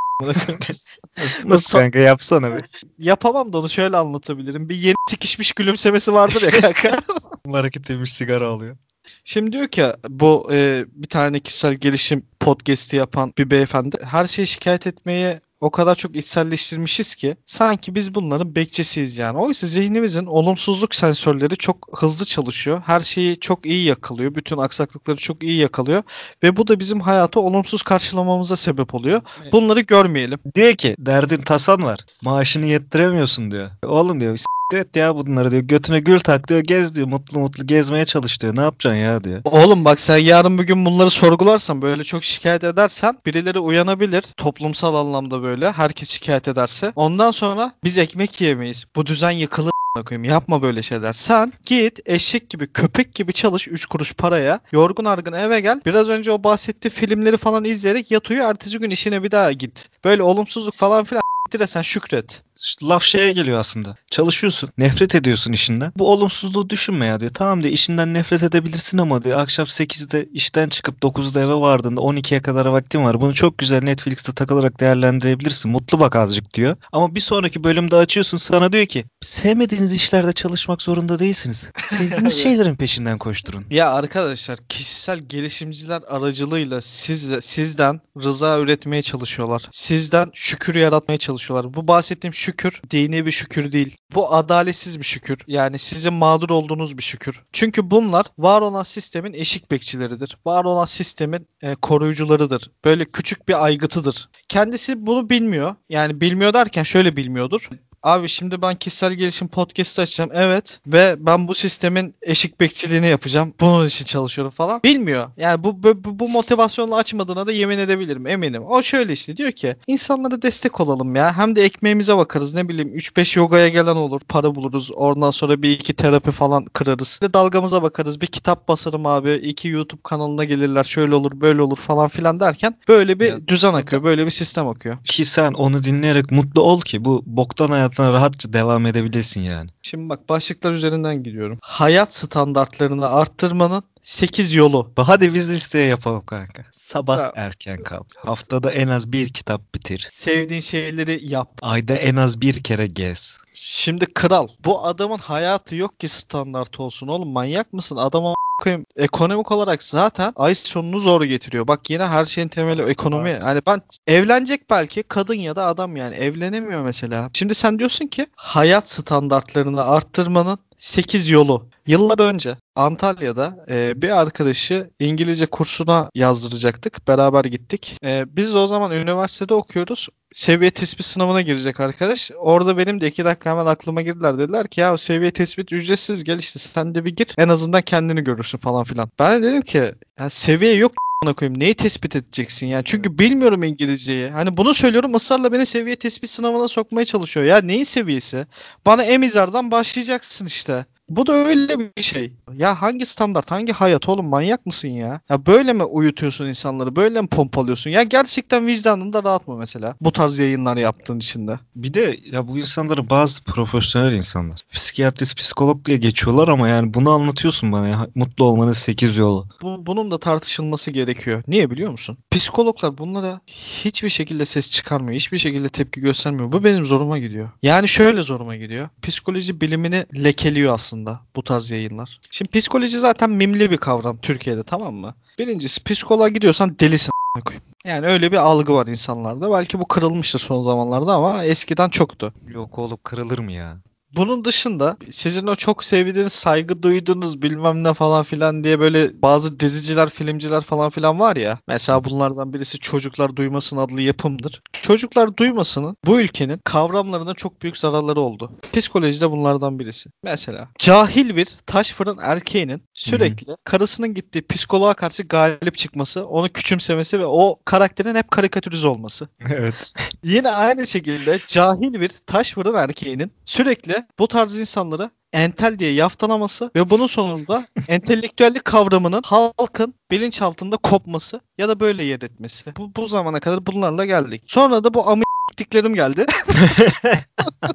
S2: Nasıl kanka, yapsana bir.
S1: Yapamam da onu şöyle anlatabilirim. Bir yeni sikişmiş gülümsemesi vardır ya kanka.
S2: Hareket etmiş sigara alıyor.
S1: Şimdi diyor ki bu bir tane kişisel gelişim podcast'i yapan bir beyefendi, her şeyi şikayet etmeye o kadar çok içselleştirmişiz ki sanki biz bunların bekçisiyiz yani. Oysa zihnimizin olumsuzluk sensörleri çok hızlı çalışıyor. Her şeyi çok iyi yakalıyor. Bütün aksaklıkları çok iyi yakalıyor. Ve bu da bizim hayatı olumsuz karşılamamıza sebep oluyor. Bunları görmeyelim.
S2: Diyor ki derdin tasan var. Maaşını yettiremiyorsun diyor. Oğlum diyor, evet ya bunları diyor. Götüne gül tak diyor. Gez diyor. Mutlu mutlu gezmeye çalış diyor. Ne yapacaksın ya diyor.
S1: Oğlum bak, sen yarın bir gün bunları sorgularsan, böyle çok şikayet edersen birileri uyanabilir. Toplumsal anlamda böyle herkes şikayet ederse. Ondan sonra biz ekmek yiyemeyiz. Bu düzen yıkılır koyayım. Yapma böyle şeyler. Sen git eşek gibi köpek gibi çalış 3 kuruş paraya. Yorgun argın eve gel. Biraz önce o bahsettiği filmleri falan izleyerek yat uyu. Ertesi gün işine bir daha git. Böyle olumsuzluk falan filan de sen şükret.
S2: İşte laf şeye geliyor aslında. Çalışıyorsun. Nefret ediyorsun işinden. Bu olumsuzluğu düşünme ya diyor. Tamam diyor, işinden nefret edebilirsin ama diyor, akşam 8'de işten çıkıp 9'da eve vardığında 12'ye kadar vaktin var. Bunu çok güzel Netflix'te takılarak değerlendirebilirsin. Mutlu bak azıcık diyor. Ama bir sonraki bölümde açıyorsun, sana diyor ki sevmediğiniz işlerde çalışmak zorunda değilsiniz. Sevdiğiniz şeylerin peşinden koşturun.
S1: Ya arkadaşlar, kişisel gelişimciler aracılığıyla sizden rıza üretmeye çalışıyorlar. Sizden şükür yaratmaya çalışıyorlar. Bu bahsettiğim şükür dini bir şükür değil. Bu adaletsiz bir şükür. Yani sizin mağdur olduğunuz bir şükür. Çünkü bunlar var olan sistemin eşik bekçileridir. Var olan sistemin koruyucularıdır. Böyle küçük bir aygıtıdır. Kendisi bunu bilmiyor. Yani bilmiyor derken şöyle bilmiyordur. Abi şimdi ben kişisel gelişim podcast'ı açacağım. Evet. Ve ben bu sistemin eşik bekçiliğini yapacağım. Bunun için çalışıyorum falan. Bilmiyor. Yani bu motivasyonla açmadığına da yemin edebilirim. Eminim. O şöyle işte diyor ki insanlara destek olalım ya. Hem de ekmeğimize bakarız. Ne bileyim 3-5 yogaya gelen olur. Para buluruz. Ondan sonra bir iki terapi falan kırarız. Bir de dalgamıza bakarız. Bir kitap basarım abi. 2 YouTube kanalına gelirler. Şöyle olur böyle olur falan filan derken böyle bir
S2: Ya,
S1: düzen akıyor. Böyle bir sistem akıyor.
S2: ki sen onu dinleyerek mutlu ol ki bu boktan hayatına rahatça devam edebilesin yani.
S1: Şimdi bak, başlıklar üzerinden gidiyorum. Hayat standartlarını arttırmanın 8 yolu.
S2: Hadi biz listeye yapalım kanka. Sabah
S1: Ya.
S2: erken kalk. Haftada en az bir kitap bitir.
S1: Sevdiğin şeyleri yap.
S2: Ayda en az bir kere gez.
S1: Şimdi kral, bu adamın hayatı yok ki standart olsun oğlum, manyak mısın? Adam koyayım ekonomik olarak zaten ay sonunu zor getiriyor. Bak yine her şeyin temeli ekonomi.
S2: Evet.
S1: Hani ben evlenecek belki kadın ya da adam, yani evlenemiyor mesela. Şimdi sen diyorsun ki hayat standartlarını arttırmanın 8 yolu. Yıllar önce Antalya'da bir arkadaşı İngilizce kursuna yazdıracaktık. Beraber gittik. Biz de o zaman üniversitede okuyoruz. Seviye tespit sınavına girecek arkadaş. Orada benim de 2 dakika hemen aklıma girdiler. Dediler ki ya seviye tespit ücretsiz, gel işte sen de bir gir. En azından kendini görürsün falan filan. Ben de dedim ki ya seviye yok koyayım. Neyi tespit edeceksin ya? Çünkü bilmiyorum İngilizceyi. Hani bunu söylüyorum, ısrarla beni seviye tespit sınavına sokmaya çalışıyor. Ya neyin seviyesi? Bana Emizar'dan başlayacaksın işte. Bu da öyle bir şey. Ya hangi standart, hangi hayat oğlum, manyak mısın ya? Ya böyle mi uyutuyorsun insanları? Böyle mi pompalıyorsun? Ya gerçekten vicdanında rahat mı mesela? Bu tarz yayınlar yaptığın için de.
S2: Bir de ya bu insanları bazı profesyonel insanlar. Psikiyatrist, psikolog diye geçiyorlar ama yani bunu anlatıyorsun bana ya. Mutlu olmanın 8 yolu.
S1: Bunun da tartışılması gerekiyor. Niye biliyor musun? Psikologlar bunlara hiçbir şekilde ses çıkarmıyor. Hiçbir şekilde tepki göstermiyor. Bu benim zoruma gidiyor. Yani şöyle zoruma gidiyor. Psikoloji bilimini lekeliyor aslında bu tarz yayınlar. Şimdi psikoloji zaten mimli bir kavram Türkiye'de, tamam mı? Birincisi, psikoloğa gidiyorsan delisin a**ına koyayım. Yani öyle bir algı var insanlarda. Belki bu kırılmıştır son zamanlarda ama eskiden çoktu.
S2: Yok oğlum, kırılır mı ya?
S1: Bunun dışında sizin o çok sevdiğiniz, saygı duyduğunuz bilmem ne falan filan diye böyle bazı diziciler, filmciler falan filan var ya. Mesela bunlardan birisi Çocuklar Duymasın adlı yapımdır. Çocuklar Duymasın'ın bu ülkenin kavramlarına çok büyük zararları oldu. Psikoloji de bunlardan birisi. Mesela cahil bir taş fırın erkeğinin sürekli karısının gittiği psikoloğa karşı galip çıkması, onu küçümsemesi ve o karakterin hep karikatürize olması.
S2: Evet.
S1: Yine aynı şekilde cahil bir taş fırın erkeğinin sürekli bu tarz insanları entel diye yaftalaması ve bunun sonunda entelektüellik kavramının halkın bilinçaltında kopması ya da böyle yer etmesi. Bu zamana kadar bunlarla geldik. Sonra da bu diklerim geldi.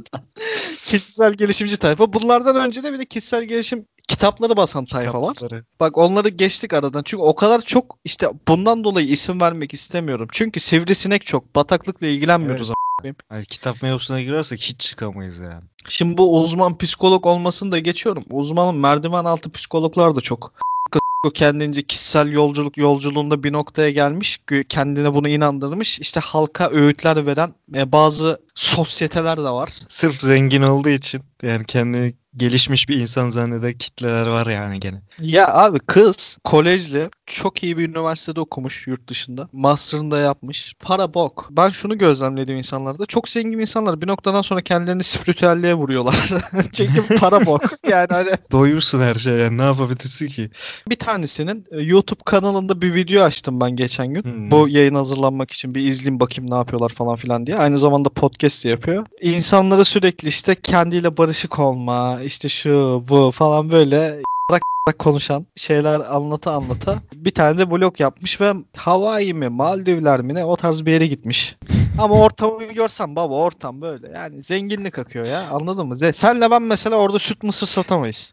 S1: Kişisel gelişimci tayfa. Bunlardan önce de bir de kişisel gelişim kitapları basan tayfa var.
S2: Kitapları.
S1: Bak onları geçtik aradan. Çünkü o kadar çok işte bundan dolayı isim vermek istemiyorum. Çünkü sivrisinek çok. Bataklıkla ilgilenmiyoruz.
S2: Evet. Yani kitap mevzusuna girersek hiç çıkamayız yani.
S1: Şimdi bu uzman psikolog olmasını da geçiyorum. Uzmanın merdiven altı psikologlar da çok. O kendince kişisel yolculuğunda bir noktaya gelmiş, kendine bunu inandırmış. İşte halka öğütler veren bazı sosyeteler de var.
S2: Sırf zengin olduğu için yani kendini gelişmiş bir insan zanneden kitleler var yani gene.
S1: Ya abi kız kolejli çok iyi bir üniversitede okumuş yurt dışında. Master'ını da yapmış. Para bok. Ben şunu gözlemledim insanlarda. Çok zengin insanlar bir noktadan sonra kendilerini spiritüelliğe vuruyorlar. Çünkü para bok. Yani hani
S2: Doyursun her şeye yani ne yapabilirsin ki?
S1: bir tanesinin YouTube kanalında bir video açtım ben geçen gün.
S2: Hmm.
S1: Bu yayın hazırlanmak için bir izleyeyim bakayım ne yapıyorlar falan filan diye. Aynı zamanda podcast de yapıyor. İnsanlara sürekli işte kendiyle barışık olma, işte şu bu falan böyle konuşan şeyler anlata bir tane de blog yapmış ve Hawaii mi Maldivler mi ne o tarz bir yere gitmiş. Ama ortamı bir görsen baba ortam böyle yani zenginlik akıyor ya anladın mı? Senle ben mesela orada süt mısır satamayız.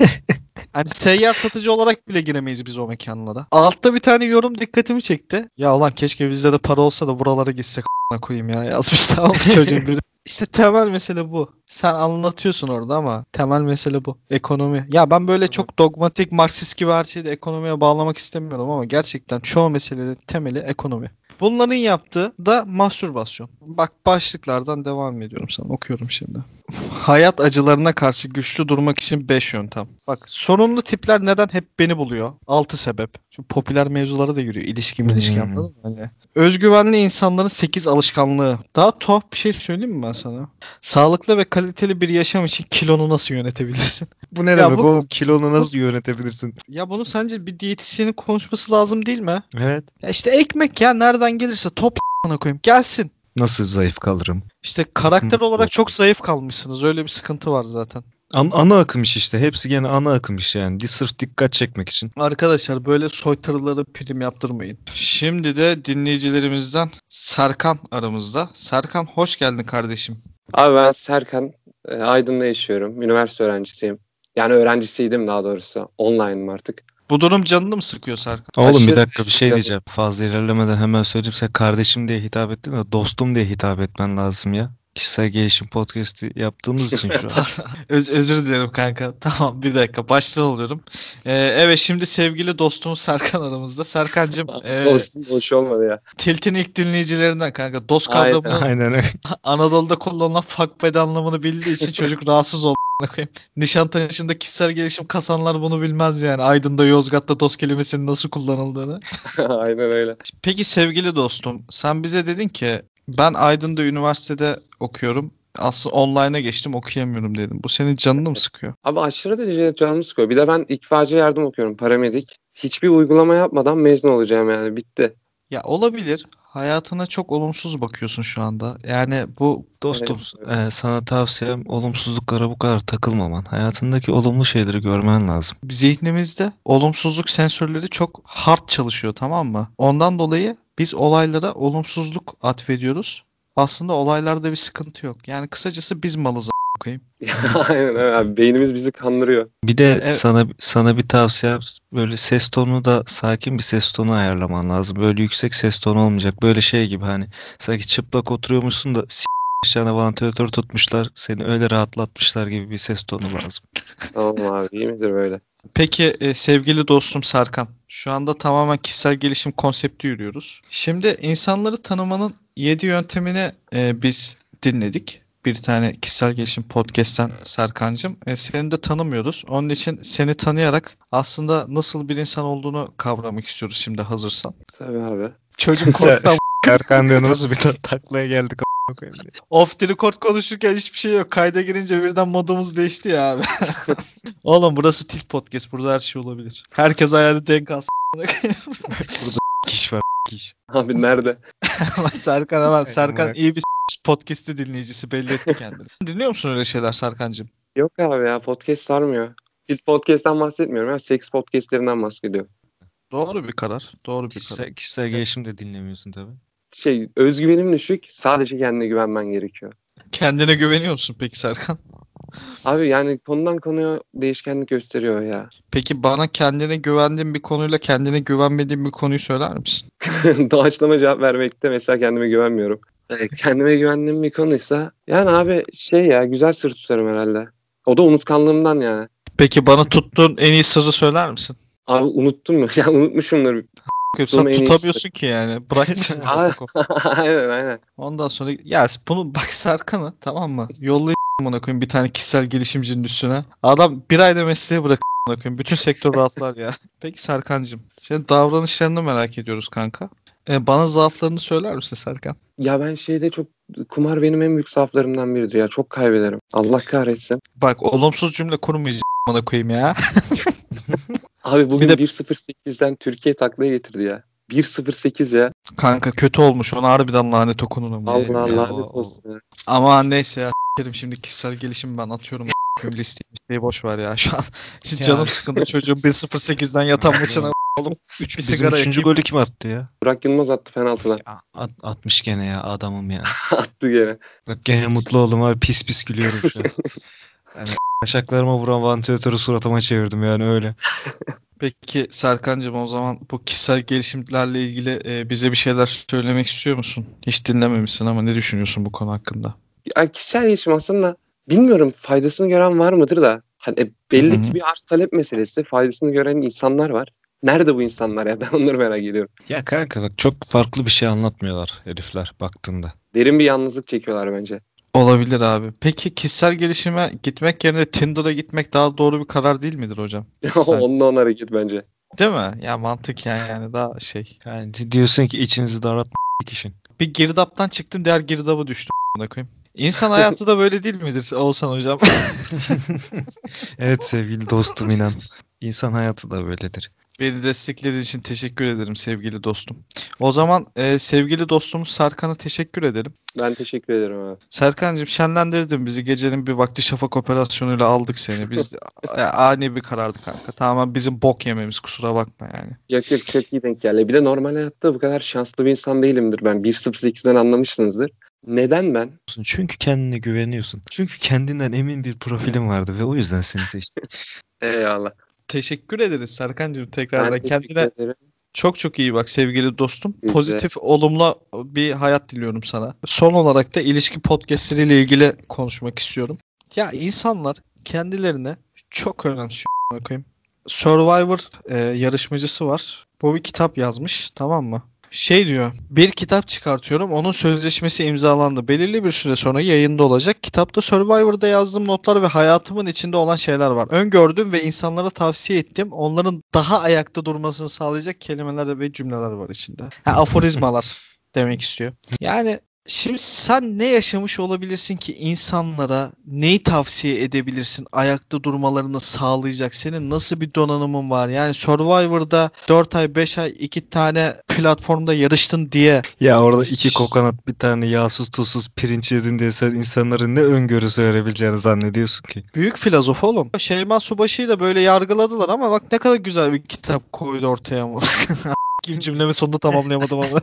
S1: Hani seyyar satıcı olarak bile giremeyiz biz o mekanlara. Altta bir tane yorum dikkatimi çekti. Ya ulan keşke bizde de para olsa da buralara gitsek a**ına koyayım ya yazmış tamam mı çocuğun biri. İşte temel mesele bu. Sen anlatıyorsun orada ama temel mesele bu. Ekonomi. Ya ben böyle çok dogmatik Marksist gibi her şeyi de ekonomiye bağlamak istemiyorum ama gerçekten çoğu meselenin temeli ekonomi. Bunların yaptığı da mastürbasyon. Bak başlıklardan devam ediyorum sana okuyorum şimdi. Hayat acılarına karşı güçlü durmak için 5 yöntem. Bak sorunlu tipler neden hep beni buluyor? 6 sebep. Şimdi popüler mevzulara da giriyor. İlişki anladın mı? Hani özgüvenli insanların 8 alışkanlığı. Daha tuhaf bir şey söyleyeyim mi ben sana? Sağlıklı ve kaliteli bir yaşam için kilonu nasıl yönetebilirsin?
S2: Bu ne
S1: Ya
S2: demek
S1: bu-
S2: oğlum? Kilonu nasıl yönetebilirsin?
S1: Ya bunu sence bir diyetisyenin konuşması lazım değil mi?
S2: Evet.
S1: Ya işte ekmek ya nereden gelirse top koyayım gelsin.
S2: Nasıl zayıf kalırım?
S1: İşte
S2: Nasıl
S1: karakter
S2: mutlu
S1: olarak çok
S2: olurum?
S1: zayıf kalmışsınız. Öyle bir sıkıntı var zaten.
S2: Ana akım iş işte. Hepsi gene ana akım iş yani. Sırf dikkat çekmek için.
S1: Arkadaşlar böyle soytarıları prim yaptırmayın. Şimdi de dinleyicilerimizden Serkan aramızda. Serkan hoş geldin kardeşim.
S4: Abi ben Serkan, Aydın'da yaşıyorum. Üniversite öğrencisiyim. Yani öğrencisiydim daha doğrusu. Online'ım artık.
S1: Bu durum canını mı sıkıyor Serkan?
S2: Oğlum bir
S4: Aşırı
S2: dakika bir şey
S4: canım.
S2: diyeceğim. Fazla ilerlemeden hemen söyleyeyim. Sen kardeşim diye hitap ettin de dostum diye hitap etmen lazım ya. Kişisel gelişim podcast'i yaptığımız için şu an.
S1: Özür dilerim kanka. Tamam bir dakika baştan alıyorum. Evet şimdi sevgili dostumuz Serkan aramızda. Serkancığım
S4: Dostum hoş olmadı ya.
S1: Tilt'in ilk dinleyicilerinden kanka. Dost
S4: Aynen.
S1: kavramını
S2: Aynen öyle.
S1: Anadolu'da kullanılan fuckbed anlamını bildiği için çocuk rahatsız oldu. a**ına koyayım. Nişantaşı'nda kişisel gelişim kasanlar bunu bilmez yani. Aydın'da Yozgat'ta dost kelimesinin nasıl kullanıldığını.
S4: Aynen öyle.
S1: Peki sevgili dostum sen bize dedin ki ben Aydın'da üniversitede okuyorum. Aslında online'a geçtim okuyamıyorum dedim. Bu senin canını mı sıkıyor?
S4: Abi aşırı derecede canımı sıkıyor. Bir de ben itfaiyeci yardım okuyorum. Paramedik. Hiçbir uygulama yapmadan mezun olacağım yani. Bitti.
S1: Ya olabilir. Hayatına çok olumsuz bakıyorsun şu anda. Yani bu
S2: Dostum
S4: Evet.
S2: sana tavsiyem olumsuzluklara bu kadar takılmaman. Hayatındaki olumlu şeyleri görmen lazım.
S1: zihnimizde olumsuzluk sensörleri çok hard çalışıyor tamam mı? Ondan dolayı biz olaylara olumsuzluk atfediyoruz. Aslında olaylarda bir sıkıntı yok. Yani kısacası biz malız koyayım.
S4: Aynen öyle abi. Beynimiz bizi kandırıyor.
S2: Bir de
S1: Evet.
S2: sana bir tavsiye böyle ses tonu da sakin bir ses tonu ayarlaman lazım. Böyle yüksek ses tonu olmayacak. Böyle şey gibi hani sanki çıplak oturuyormuşsun da aşağına vantilatör tutmuşlar. Seni öyle rahatlatmışlar gibi bir ses tonu lazım.
S4: Tamam abi. İyi midir böyle?
S1: Peki sevgili dostum Serkan. Şu anda tamamen kişisel gelişim konsepti yürüyoruz. Şimdi insanları tanımanın 7 yöntemini biz dinledik. Bir tane kişisel gelişim podcast'ten Serkancığım. Seni de tanımıyoruz. Onun için seni tanıyarak aslında nasıl bir insan olduğunu kavramak istiyoruz şimdi hazırsan.
S4: Tabii abi.
S1: Çocuk korktu ama
S2: Serkan diyor nasıl bir taklaya geldik a**ına koyayım diye.
S1: off the record konuşurken hiçbir şey yok. Kayda girince birden modumuz değişti ya abi. Oğlum burası Tilt Podcast. Burada her şey olabilir. Herkes ayağını denk alsın.
S2: Kiş var kiş.
S4: Abi nerede?
S1: Ama Serkan hemen. Serkan
S2: Bak.
S1: iyi bir podcast'i dinleyicisi belli etti kendini. Dinliyor musun öyle şeyler Serkancığım?
S4: Yok abi ya. Podcast sarmıyor. Siz podcast'ten bahsetmiyorum ya. Seks podcastlerinden bahsediyor.
S1: Doğru bir karar. Doğru bir karar.
S2: Kişisel gelişim de dinlemiyorsun tabii.
S4: Özgüvenim düşük. Sadece kendine güvenmen gerekiyor.
S1: Kendine güveniyor musun peki Serkan?
S4: Abi yani konudan konuya değişkenlik gösteriyor ya.
S1: Peki bana kendine güvendiğin bir konuyla kendine güvenmediğin bir konuyu söyler misin?
S4: Doğaçlama cevap vermekte mesela kendime güvenmiyorum. Kendime güvendiğim bir konuysa yani abi şey ya güzel sır tutarım herhalde. O da unutkanlığımdan yani.
S1: Peki bana tuttuğun en iyi sırrı söyler misin?
S4: Abi unuttum mu? Ya unutmuşumdur.
S1: Sen
S4: Tuttuğum en iyi
S1: tutamıyorsun ki yani. Bırakmışsın
S4: Abi,
S1: zaten.
S4: aynen.
S1: Ondan sonra ya bunu bak Serkan'ı tamam mı? Yollayayım amına koyayım bir tane kişisel gelişimcinin üstüne. Adam bir ayda mesleği bırak amına koyayım. Bütün sektör rahatlar ya. Peki Serkan'cığım senin davranışlarını merak ediyoruz kanka. Bana zaaflarını söyler misin Serkan?
S4: Ya ben şeyde çok kumar benim en büyük zaaflarımdan biridir ya. Çok kaybederim. Allah kahretsin.
S1: Bak olumsuz cümle kurmayacağım amına koyayım ya.
S4: Abi bugün
S1: de
S4: 1.08'den Türkiye taklaya getirdi ya. 1.08 ya.
S1: kanka kötü olmuş. Ona harbiden lanet okunur ama.
S4: Allah
S2: ya,
S4: lanet
S2: o-
S4: olsun ya.
S1: Ama neyse ya s**erim şimdi kişisel gelişim ben atıyorum listeyi boş ver ya şu an. Şimdi
S2: Ya.
S1: canım sıkıldı çocuğun 1.08'den yatan maçına oğlum 3 bir
S2: Bizim
S1: sigara
S2: 3.
S1: yakayım.
S2: golü kim attı ya?
S4: Burak Yılmaz attı penaltıdan.
S2: Ya, 60 gene ya adamım ya.
S4: Attı gene.
S2: Bak gene mutlu oldum abi pis pis gülüyorum şu an. Yani aşaklarıma vuran vantilatörü suratıma çevirdim yani öyle.
S1: Peki Serkancığım o zaman bu kişisel gelişimlerle ilgili bize bir şeyler söylemek istiyor musun? Hiç dinlememişsin ama ne düşünüyorsun bu konu hakkında?
S4: Ya kişisel gelişim aslında bilmiyorum faydasını gören var mıdır da. Hani
S1: Hı
S4: belli
S1: hı.
S4: ki bir arz talep meselesi. Faydasını gören insanlar var. Nerede bu insanlar ya? Ben onları merak ediyorum.
S2: Ya kanka bak çok farklı bir şey anlatmıyorlar herifler baktığında.
S4: Derin bir yalnızlık çekiyorlar bence.
S1: Olabilir abi. Peki kişisel gelişime gitmek yerine Tinder'a gitmek daha doğru bir karar değil midir hocam? Sen,
S4: Ondan hareket bence.
S1: değil mi? Ya mantık yani daha şey.
S2: Yani diyorsun ki içinizi daraltma işin.
S1: Bir girdaptan çıktım diğer girdaba düştüm. Amına koyayım. İnsan hayatı da böyle değil midir Oğuzhan hocam?
S2: Evet sevgili dostum inan. İnsan hayatı da böyledir.
S1: Beni desteklediğin için teşekkür ederim sevgili dostum. O zaman sevgili dostumuz Serkan'a teşekkür edelim.
S4: Ben teşekkür ederim abi.
S1: Serkan'cığım şenlendirdin bizi. Gecenin bir vakti şafak operasyonuyla aldık seni. Biz ani bir karardı kanka. Tamamen bizim bok yememiz kusura bakma yani.
S4: Yok çok iyi denk geldi. Bir de normal hayatta bu kadar şanslı bir insan değilimdir ben. 1.08'den anlamışsınızdır. Neden ben?
S2: Çünkü kendine güveniyorsun. Çünkü kendinden emin bir profilin vardı ve o yüzden seni seçtim.
S4: Eyvallah.
S1: Teşekkür ederiz Serkan'cığım
S4: Ben
S1: tekrardan.
S4: teşekkür
S1: Kendine
S4: ederim.
S1: çok iyi bak sevgili dostum.
S4: Biz de.
S1: Pozitif, olumlu bir hayat diliyorum sana. Son olarak da ilişki podcastleriyle ilgili konuşmak istiyorum. Ya insanlar kendilerine çok önemsiyor. a**ına koyayım. Survivor yarışmacısı var. Bu bir kitap yazmış, tamam mı? Şey diyor, bir kitap çıkartıyorum, onun sözleşmesi imzalandı. Belirli bir süre sonra yayında olacak. Kitapta Survivor'da yazdığım notlar ve hayatımın içinde olan şeyler var. Öngördüm ve insanlara tavsiye ettim. Onların daha ayakta durmasını sağlayacak kelimeler ve cümleler var içinde. Aforizmalar demek istiyor. Yani şimdi sen ne yaşamış olabilirsin ki insanlara neyi tavsiye edebilirsin ayakta durmalarını sağlayacak? Senin nasıl bir donanımın var? Yani Survivor'da 4 ay 5 ay 2 tane platformda yarıştın diye
S2: Ya orada 2 kokonat bir tane yağsız tuzsuz pirinç yedin diye sen insanların ne öngörüsü verebileceğini zannediyorsun ki.
S1: büyük filozof oğlum. Şeyma Subaşı'yı da böyle yargıladılar ama bak ne kadar güzel bir kitap koydu ortaya mı? Kim cümlemi sonunu tamamlayamadım ama.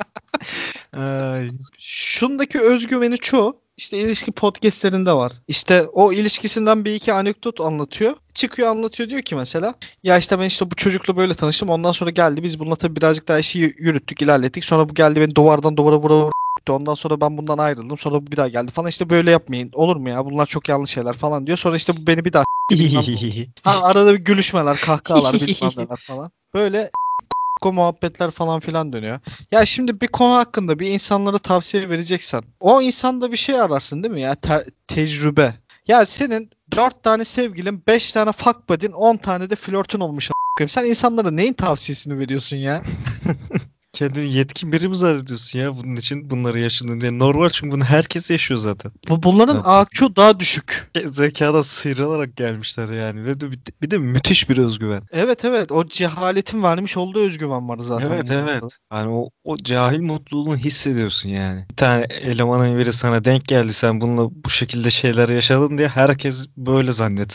S2: Ay.
S1: Şundaki özgüveni çoğu işte ilişki podcastlerinde var. İşte o ilişkisinden bir iki anekdot anlatıyor. Çıkıyor anlatıyor diyor ki mesela ya işte ben işte bu çocukla böyle tanıştım. Ondan sonra geldi biz bununla tabii birazcık daha işi yürüttük ilerlettik. Sonra bu geldi beni duvardan duvara vura ondan sonra ben bundan ayrıldım. Sonra bu bir daha geldi falan işte böyle yapmayın. Olur mu ya? Bunlar çok yanlış şeyler falan diyor. Sonra işte bu beni bir daha ha, arada bir gülüşmeler, kahkahalar bilmem neler falan. Böyle muhabbetler falan filan dönüyor. Ya şimdi bir konu hakkında bir insanlara tavsiye vereceksen o insanda bir şey ararsın değil mi ya? Tecrübe. Ya senin 4 tane sevgilin, 5 tane fuck buddy'n, 10 tane de flörtün olmuş a**ayım. Sen insanlara neyin tavsiyesini veriyorsun ya?
S2: Kendini yetkin biri mi zannediyorsun ya bunun için bunları yaşadın diye. Normal çünkü bunu herkes yaşıyor zaten.
S1: Bunların
S2: Evet.
S1: AQ daha düşük.
S2: Zekadan sıyrılarak gelmişler yani. Ve de bir de müthiş bir özgüven.
S1: Evet o cehaletin vermiş olduğu özgüven var zaten.
S2: Evet
S1: bunlarda.
S2: evet. Hani o cahil mutluluğunu hissediyorsun yani. Bir tane elemanın biri sana denk geldi sen bununla bu şekilde şeyler yaşadın diye herkes böyle zannetsen.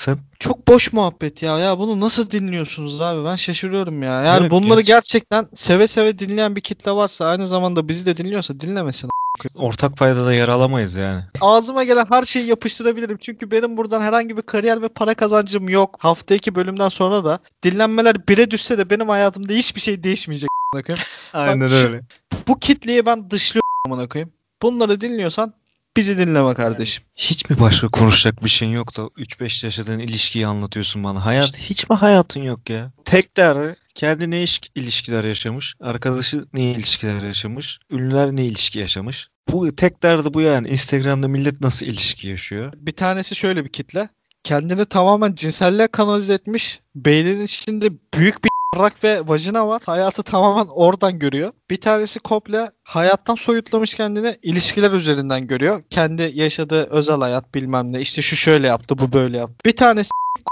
S1: çok boş muhabbet ya. Ya bunu nasıl dinliyorsunuz abi? Ben şaşırıyorum ya. Yani
S2: Evet,
S1: bunları gerçekten seve seve dinleyen bir kitle varsa, aynı zamanda bizi de dinliyorsa dinlemesin.
S2: Ortak paydada yer alamayız yani.
S1: Ağzıma gelen her şeyi yapıştırabilirim. Çünkü benim buradan herhangi bir kariyer ve para kazancım yok. Hafta 2 bölümden sonra da dinlenmeler bire düşse de benim hayatımda hiçbir şey değişmeyecek. amına koyayım.
S2: Aynen
S1: şu-
S2: öyle.
S1: Bu kitleyi ben dışlıyorum amına koyayım. Bunları dinliyorsan bizi dinleme kardeşim.
S2: Hiç mi başka konuşacak bir şeyin yok da 3-5 yaşadığın ilişkiyi anlatıyorsun bana? Hiç mi hayatın yok ya? Tek derdi kendi ne ilişkiler yaşamış, arkadaşı ne ilişkiler yaşamış, ünlüler ne ilişki yaşamış. Bu tek derdi bu yani. Instagram'da millet nasıl ilişki yaşıyor?
S1: Bir tanesi şöyle bir kitle. Kendini tamamen cinselliğe kanalize etmiş. Beyninin içinde büyük bir rak ve vajina var. Hayatı tamamen oradan görüyor. Bir tanesi komple hayattan soyutlamış kendini. İlişkiler üzerinden görüyor. Kendi yaşadığı özel hayat bilmem ne. İşte şu şöyle yaptı, bu böyle yaptı. Bir tanesi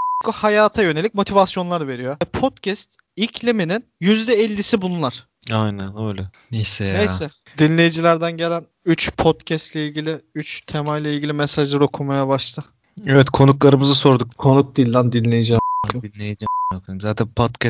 S1: hayata yönelik motivasyonlar veriyor. Podcast ikliminin %50'si bunlar.
S2: Aynen öyle. Neyse ya.
S1: Neyse. Dinleyicilerden gelen 3 podcast ile ilgili, 3 tema ile ilgili mesajları okumaya başla.
S2: Evet, konuklarımızı sorduk.
S1: Konuk değil lan, dinleyici.
S2: Dinleyeceğim. Zaten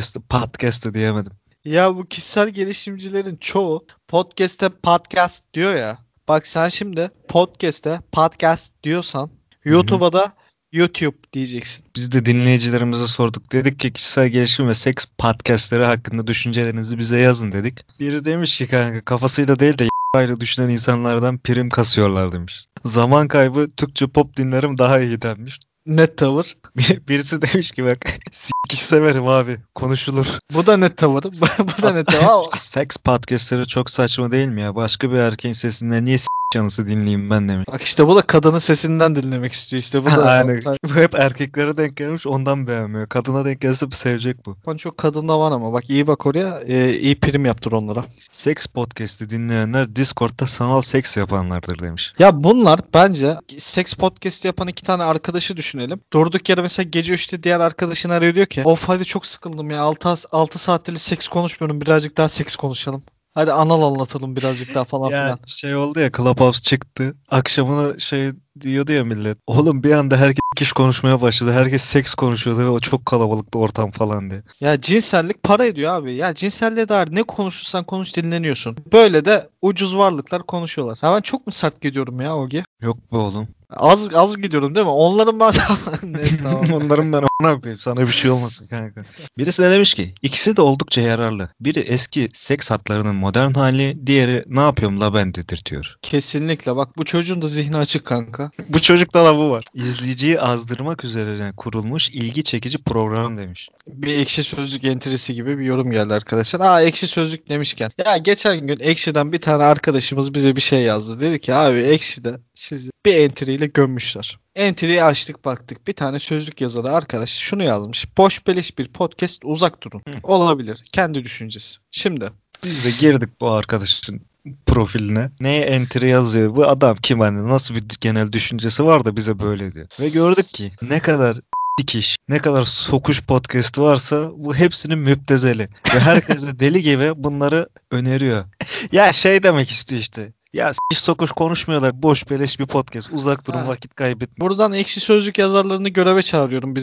S2: podcast diyemedim.
S1: Ya bu kişisel gelişimcilerin çoğu podcast'te podcast diyor ya. Bak sen şimdi podcast'te podcast diyorsan YouTube'a da YouTube diyeceksin.
S2: Biz de dinleyicilerimize sorduk. Dedik ki kişisel gelişim ve seks podcastleri hakkında düşüncelerinizi bize yazın dedik. Biri demiş ki kanka kafasıyla değil de ayrı düşünen insanlardan prim kasıyorlar demiş. Zaman kaybı Türkçe pop dinlerim daha iyi denmiş.
S1: Net tavır.
S2: Birisi demiş ki bak sikiş severim abi konuşulur.
S1: Bu da net tavır. Bu da net tavır.
S2: Seks podcastleri çok saçma değil mi ya? Başka bir erkeğin sesinden niye canısı dinleyeyim ben demiş.
S1: Bak işte bu da kadının sesinden dinlemek istiyor işte. Bu da
S2: Aynen. Bu hep erkeklere denk gelmiş ondan beğenmiyor. Kadına denk gelse sevecek bu.
S1: çok kadında var ama bak iyi bak oraya, iyi prim yaptır onlara.
S2: Seks podcast'i dinleyenler Discord'da sanal seks yapanlardır demiş.
S1: Ya bunlar bence seks podcast yapan 2 tane arkadaşı düşünelim. Durduk yere mesela gece 3'te diğer arkadaşını arıyor, diyor ki of hadi çok sıkıldım ya, 6 saattir seks konuşmuyorum, birazcık daha seks konuşalım. Hadi anal anlatalım birazcık daha falan
S2: Ya
S1: filan.
S2: şey oldu ya Clubhouse çıktı. Akşamına şey diyordu ya millet. Oğlum bir anda herkes iş konuşmaya başladı. Herkes seks konuşuyordu ve o çok kalabalıktı ortam falan diye.
S1: Ya cinsellik para ediyor abi. Ya cinselliğe dair ne konuşursan konuş dinleniyorsun. Böyle de ucuz varlıklar konuşuyorlar. Ha ben çok mu sert gidiyorum ya Ogi?
S2: Yok be oğlum.
S1: Az gidiyorum değil mi? Onların ben... Neyse tamam.
S2: Onların ben ona yapayım. Sana bir şey olmasın kanka. Birisi de demiş ki ikisi de oldukça yararlı. Biri eski seks hatlarının modern hali, diğeri ne yapıyorum la ben dedirtiyor.
S1: Kesinlikle. Bak bu çocuğun da zihni açık kanka.
S2: Bu çocukta da bu var. İzleyiciyi azdırmak üzere kurulmuş ilgi çekici program demiş.
S1: Bir Ekşi Sözlük entrisi gibi bir yorum geldi arkadaşlar. Ekşi Sözlük demişken. Ya geçen gün Ekşi'den bir tane arkadaşımız bize bir şey yazdı. Dedi ki abi Ekşi'de sizi bir entry'yle gömmüşler. Entry'yi açtık baktık. Bir tane sözlük yazarı arkadaş şunu yazmış. Boş beleş bir podcast, uzak durun. Olabilir. Kendi düşüncesi. Şimdi
S2: Biz de girdik bu arkadaşın profiline. Neye entry yazıyor? Bu adam kim hani nasıl bir genel düşüncesi var da bize böyle diyor. Ve gördük ki ne kadar dikiş, ne kadar sokuş podcast varsa bu hepsinin müptezeli. Ve herkese deli gibi bunları öneriyor. Ya şey demek istiyor işte. Ya sokuş konuşmuyorlar. Boş beleş bir podcast. Uzak durun
S1: Ha.
S2: vakit kaybetmeyin.
S1: buradan Ekşi Sözlük yazarlarını göreve çağırıyorum,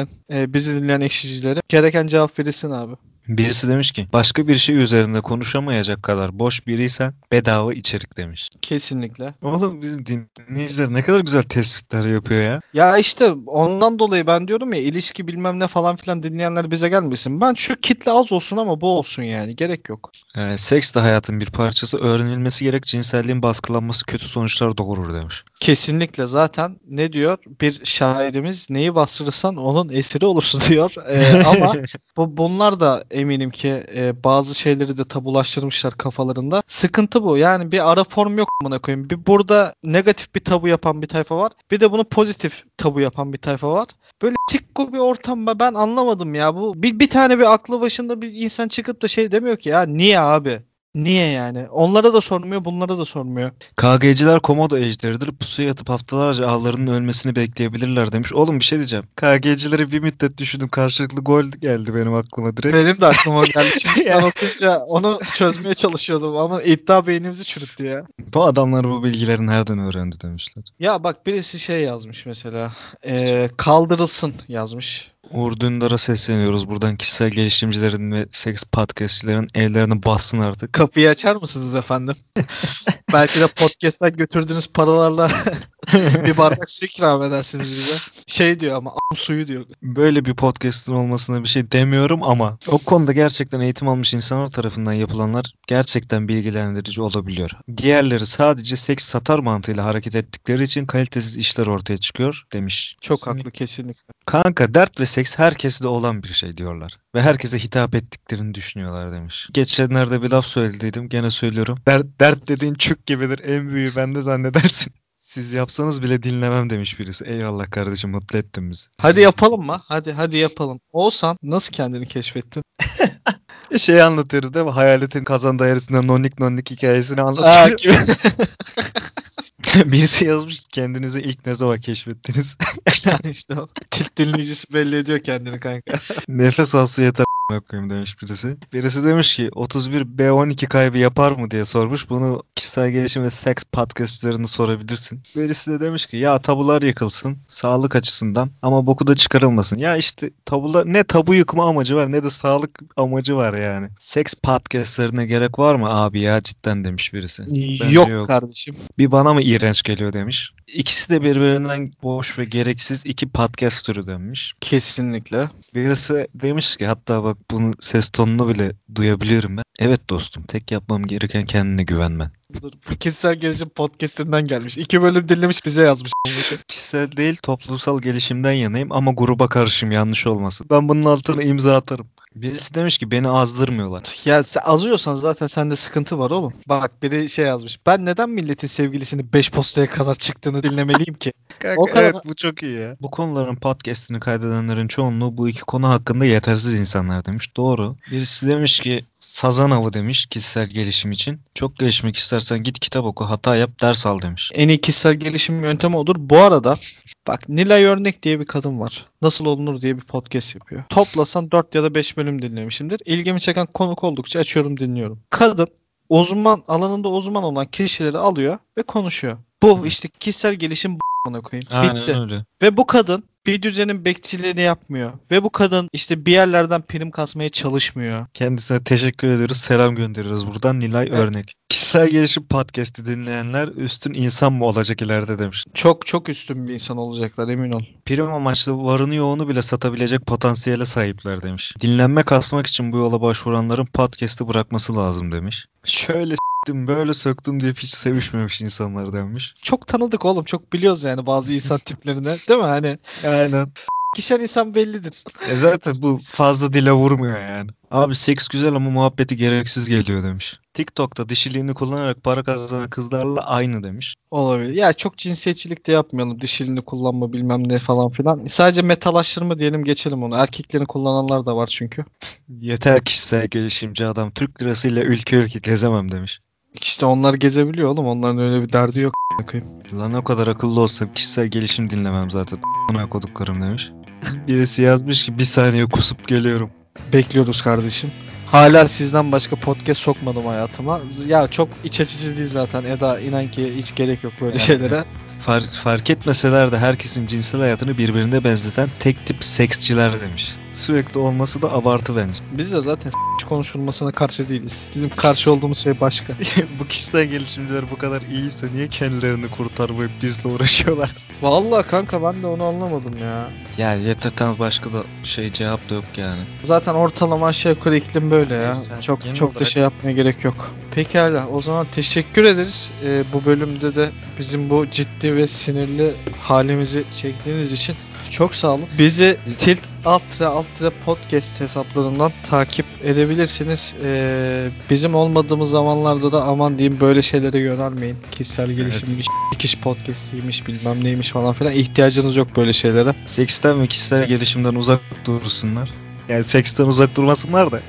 S1: bizi dinleyen ekşicileri. Gereken cevap verilsin abi.
S2: Birisi demiş ki başka bir şey üzerinde konuşamayacak kadar boş biriysen bedava içerik demiş.
S1: Kesinlikle.
S2: Oğlum bizim dinleyiciler ne kadar güzel tespitler yapıyor ya.
S1: Ya işte ondan dolayı ben diyorum ya, ilişki bilmem ne falan filan dinleyenler bize gelmesin. Ben şu kitle az olsun ama bu olsun yani. Gerek yok.
S2: Seks de hayatın bir parçası, öğrenilmesi gerek, cinselliğin baskılanması kötü sonuçlar doğurur demiş.
S1: Kesinlikle, zaten ne diyor bir şairimiz, neyi bastırırsan onun esiri olursun diyor. Ama bunlar da eminim ki bazı şeyleri de tabulaştırmışlar kafalarında. Sıkıntı bu. Yani bir ara form yok amına koyayım. Bir burada negatif bir tabu yapan bir tayfa var. Bir de bunu pozitif tabu yapan bir tayfa var. Böyle sikko bir ortam, ben anlamadım ya. Bu bir tane bir aklı başında bir insan çıkıp da şey demiyor ki ya niye abi? Niye yani? Onlara da sormuyor, bunlara da sormuyor.
S2: KG'ciler komodo ejderidir. Pusuya yatıp haftalarca avlarının ölmesini bekleyebilirler demiş. Oğlum bir şey diyeceğim. KG'cileri bir müddet düşündüm. Karşılıklı gol geldi benim aklıma direkt.
S1: Benim de aklıma geldi. Çünkü ben
S2: Yani
S1: okuyunca onu çözmeye çalışıyordum ama iddia beynimizi çürüttü ya.
S2: bu adamlar bu bilgileri nereden öğrendi demişler.
S1: Ya bak birisi şey yazmış mesela. Kaldırılsın yazmış.
S2: Uğur Dündar'a sesleniyoruz. Buradan kişisel gelişimcilerin ve seks podcastçilerin evlerini bassın artık.
S1: Kapıyı açar mısınız efendim? Belki de podcast'ten götürdüğünüz paralarla bir bardak su ikram edersiniz bize. Şey diyor ama suyu diyor.
S2: Böyle bir podcast'ın olmasına bir şey demiyorum ama o konuda gerçekten eğitim almış insanlar tarafından yapılanlar gerçekten bilgilendirici olabiliyor. Diğerleri sadece seks satar mantığıyla hareket ettikleri için kalitesiz işler ortaya çıkıyor demiş.
S1: Çok haklı kesinlikle.
S2: Kanka dert ve seks herkeste olan bir şey diyorlar. Ve herkese hitap ettiklerini düşünüyorlar demiş. Geçenlerde bir laf söylediydim gene söylüyorum. Dert dediğin çük gibidir en büyüğü bende zannedersin. Siz yapsanız bile dinlemem demiş birisi. Eyvallah kardeşim mutlu ettin bizi.
S1: Hadi yapalım mı? Hadi yapalım. Oğuzhan nasıl kendini keşfettin?
S2: Şey anlatıyorum değil mi? Hayaletin kazan dairesinde nonnik hikayesini
S1: Aa,
S2: anlatıyorum. Birisi yazmış ki kendinizi ilk ne zaman keşfettiniz?
S1: işte o. Dinleyicisi belli ediyor kendini kanka.
S2: Nefes alsa yeter koyayım demiş birisi. Birisi demiş ki 31 B12 kaybı yapar mı diye sormuş. Bunu kişisel gelişim ve seks podcastlarını sorabilirsin. Birisi de demiş ki ya tabular yıkılsın sağlık açısından ama boku da çıkarılmasın. Ya işte tabular ne tabu yıkma amacı var ne de sağlık amacı var yani. Seks podcastlarına gerek var mı abi ya cidden demiş birisi. Bence
S1: Yok kardeşim.
S2: Bir bana mı iğrenç geliyor demiş. İkisi de birbirinden boş ve gereksiz iki podcast türü demiş.
S1: Kesinlikle.
S2: Birisi demiş ki hatta bak bunu ses tonunu bile duyabiliyorum ben. Evet dostum tek yapmam gereken kendine güvenmen.
S1: Dur, bu kişisel gelişim podcastinden gelmiş. 2 bölüm dinlemiş bize yazmış.
S2: Kişisel değil toplumsal gelişimden yanayım ama gruba karışım yanlış olmasın. Ben bunun altına imza atarım. Birisi demiş ki beni azdırmıyorlar.
S1: Ya sen azıyorsan zaten sende sıkıntı var oğlum. Bak biri şey yazmış. Ben neden milletin sevgilisini 5 postaya kadar çıktığını dinlemeliyim ki?
S2: Kanka,
S1: O kadar-
S2: evet bu çok iyi ya. Bu konuların podcast'ini kaydedenlerin çoğunluğu bu iki konu hakkında yetersiz insanlar demiş. Doğru. Birisi demiş ki sazan avı demiş kişisel gelişim için. Çok gelişmek istersen git kitap oku hata yap ders al demiş.
S1: En iyi kişisel gelişim yöntemi odur. Bu arada bak Nilay Örnek diye bir kadın var. Nasıl olunur diye bir podcast yapıyor. Toplasan 4 ya da 5 bölüm dinlemişimdir. İlgimi çeken konuk oldukça açıyorum dinliyorum. Kadın alanında uzman olan kişileri alıyor ve konuşuyor. Bu işte kişisel gelişim bana koyayım. Bitti.
S2: Öyle.
S1: Ve bu kadın bir düzenin bekçiliğini yapmıyor. Ve bu kadın işte bir yerlerden prim kasmaya çalışmıyor.
S2: Kendisine teşekkür ediyoruz. Selam gönderiyoruz buradan Nilay
S1: Evet.
S2: Örnek. Kişisel gelişim podcast'i dinleyenler üstün insan mı olacak ileride demiş.
S1: Çok çok üstün bir insan olacaklar emin ol.
S2: Prim amaçlı varını yoğunu bile satabilecek potansiyele sahipler demiş. Dinlenme kasmak için bu yola başvuranların podcast'i bırakması lazım demiş. Şöyle s**tim böyle söktüm diye hiç sevişmemiş insanlar demiş.
S1: Çok tanıdık oğlum. Çok biliyoruz yani bazı insan tiplerini. Değil mi? Hani
S2: Aynen.
S1: kişen insan bellidir.
S2: Zaten bu fazla dile vurmuyor yani. Abi seks güzel ama muhabbeti gereksiz geliyor demiş. TikTok'ta dişiliğini kullanarak para kazanan kızlarla aynı demiş.
S1: Olabilir. Ya çok cinsiyetçilik de yapmayalım. Dişilini kullanma bilmem ne falan filan. Sadece metalaştırma diyelim geçelim onu. Erkeklerini kullananlar da var çünkü.
S2: Yeter kişisel gelişimci adam Türk lirasıyla ülke gezemem demiş.
S1: İşte onlar gezebiliyor oğlum. Onların öyle bir derdi yok. Koyayım.
S2: Lan o kadar akıllı olsam kişisel gelişim dinlemem zaten. Ona koduklarım demiş. Birisi yazmış ki bir saniye kusup geliyorum.
S1: Bekliyoruz kardeşim. Hala sizden başka podcast sokmadım hayatıma. Ya çok iç açıcı değil zaten Eda. İnan ki hiç gerek yok böyle
S2: Evet.
S1: şeylere.
S2: Fark etmeseler de herkesin cinsel hayatını birbirine benzeten tek tip seksçiler demiş. Sürekli olması da abartı bence.
S1: Biz de zaten konuşulmasına karşı değiliz. Bizim karşı olduğumuz şey başka.
S2: Bu kişisel gelişimciler bu kadar iyiyse niye kendilerini kurtarmayıp bizle uğraşıyorlar?
S1: Vallahi kanka ben de onu anlamadım ya.
S2: Ya yeter tamam başka da cevap da yok yani.
S1: Zaten ortalama aşağı yukarı iklim böyle ya.
S2: Neyse,
S1: Çok
S2: genel
S1: çok da
S2: olarak-
S1: şey yapmaya gerek yok. Pekala o zaman teşekkür ederiz. Bu bölümde de bizim bu ciddi ve sinirli halimizi çektiğiniz için çok sağ olun. Bizi Tilt Altra podcast hesaplarından takip edebilirsiniz. Bizim olmadığımız zamanlarda da aman diyeyim böyle şeylere yönelmeyin. Kişisel gelişimmiş, dikiş podcastiymiş bilmem neymiş falan filan. İhtiyacınız yok böyle şeylere.
S2: Seksten ve kişisel gelişimden uzak dursunlar. Yani seksten uzak durmasınlar da.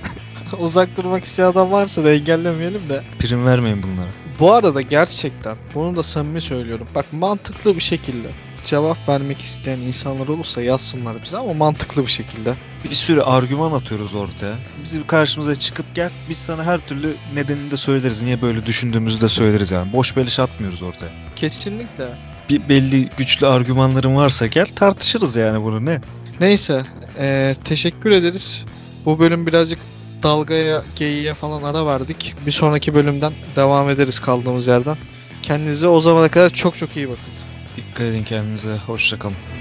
S1: Uzak durmak isteyen adam varsa da engellemeyelim de.
S2: Prim vermeyin bunlara.
S1: Bu arada gerçekten bunu da samimi söylüyorum. Bak mantıklı bir şekilde cevap vermek isteyen insanlar olursa yazsınlar bize ama mantıklı bir şekilde.
S2: Bir sürü argüman atıyoruz ortaya. Bizim karşımıza çıkıp gel. Biz sana her türlü nedenini de söyleriz. Niye böyle düşündüğümüzü de söyleriz yani. Boş beleş atmıyoruz ortaya.
S1: Kesinlikle.
S2: Bir belli güçlü argümanların varsa gel tartışırız yani bunu ne?
S1: Neyse teşekkür ederiz. Bu bölüm birazcık dalgaya, geyiğe falan ara verdik. Bir sonraki bölümden devam ederiz kaldığımız yerden. Kendinize o zamana kadar çok çok iyi bakın.
S2: Dikkat edin kendinize. Hoşça kalın.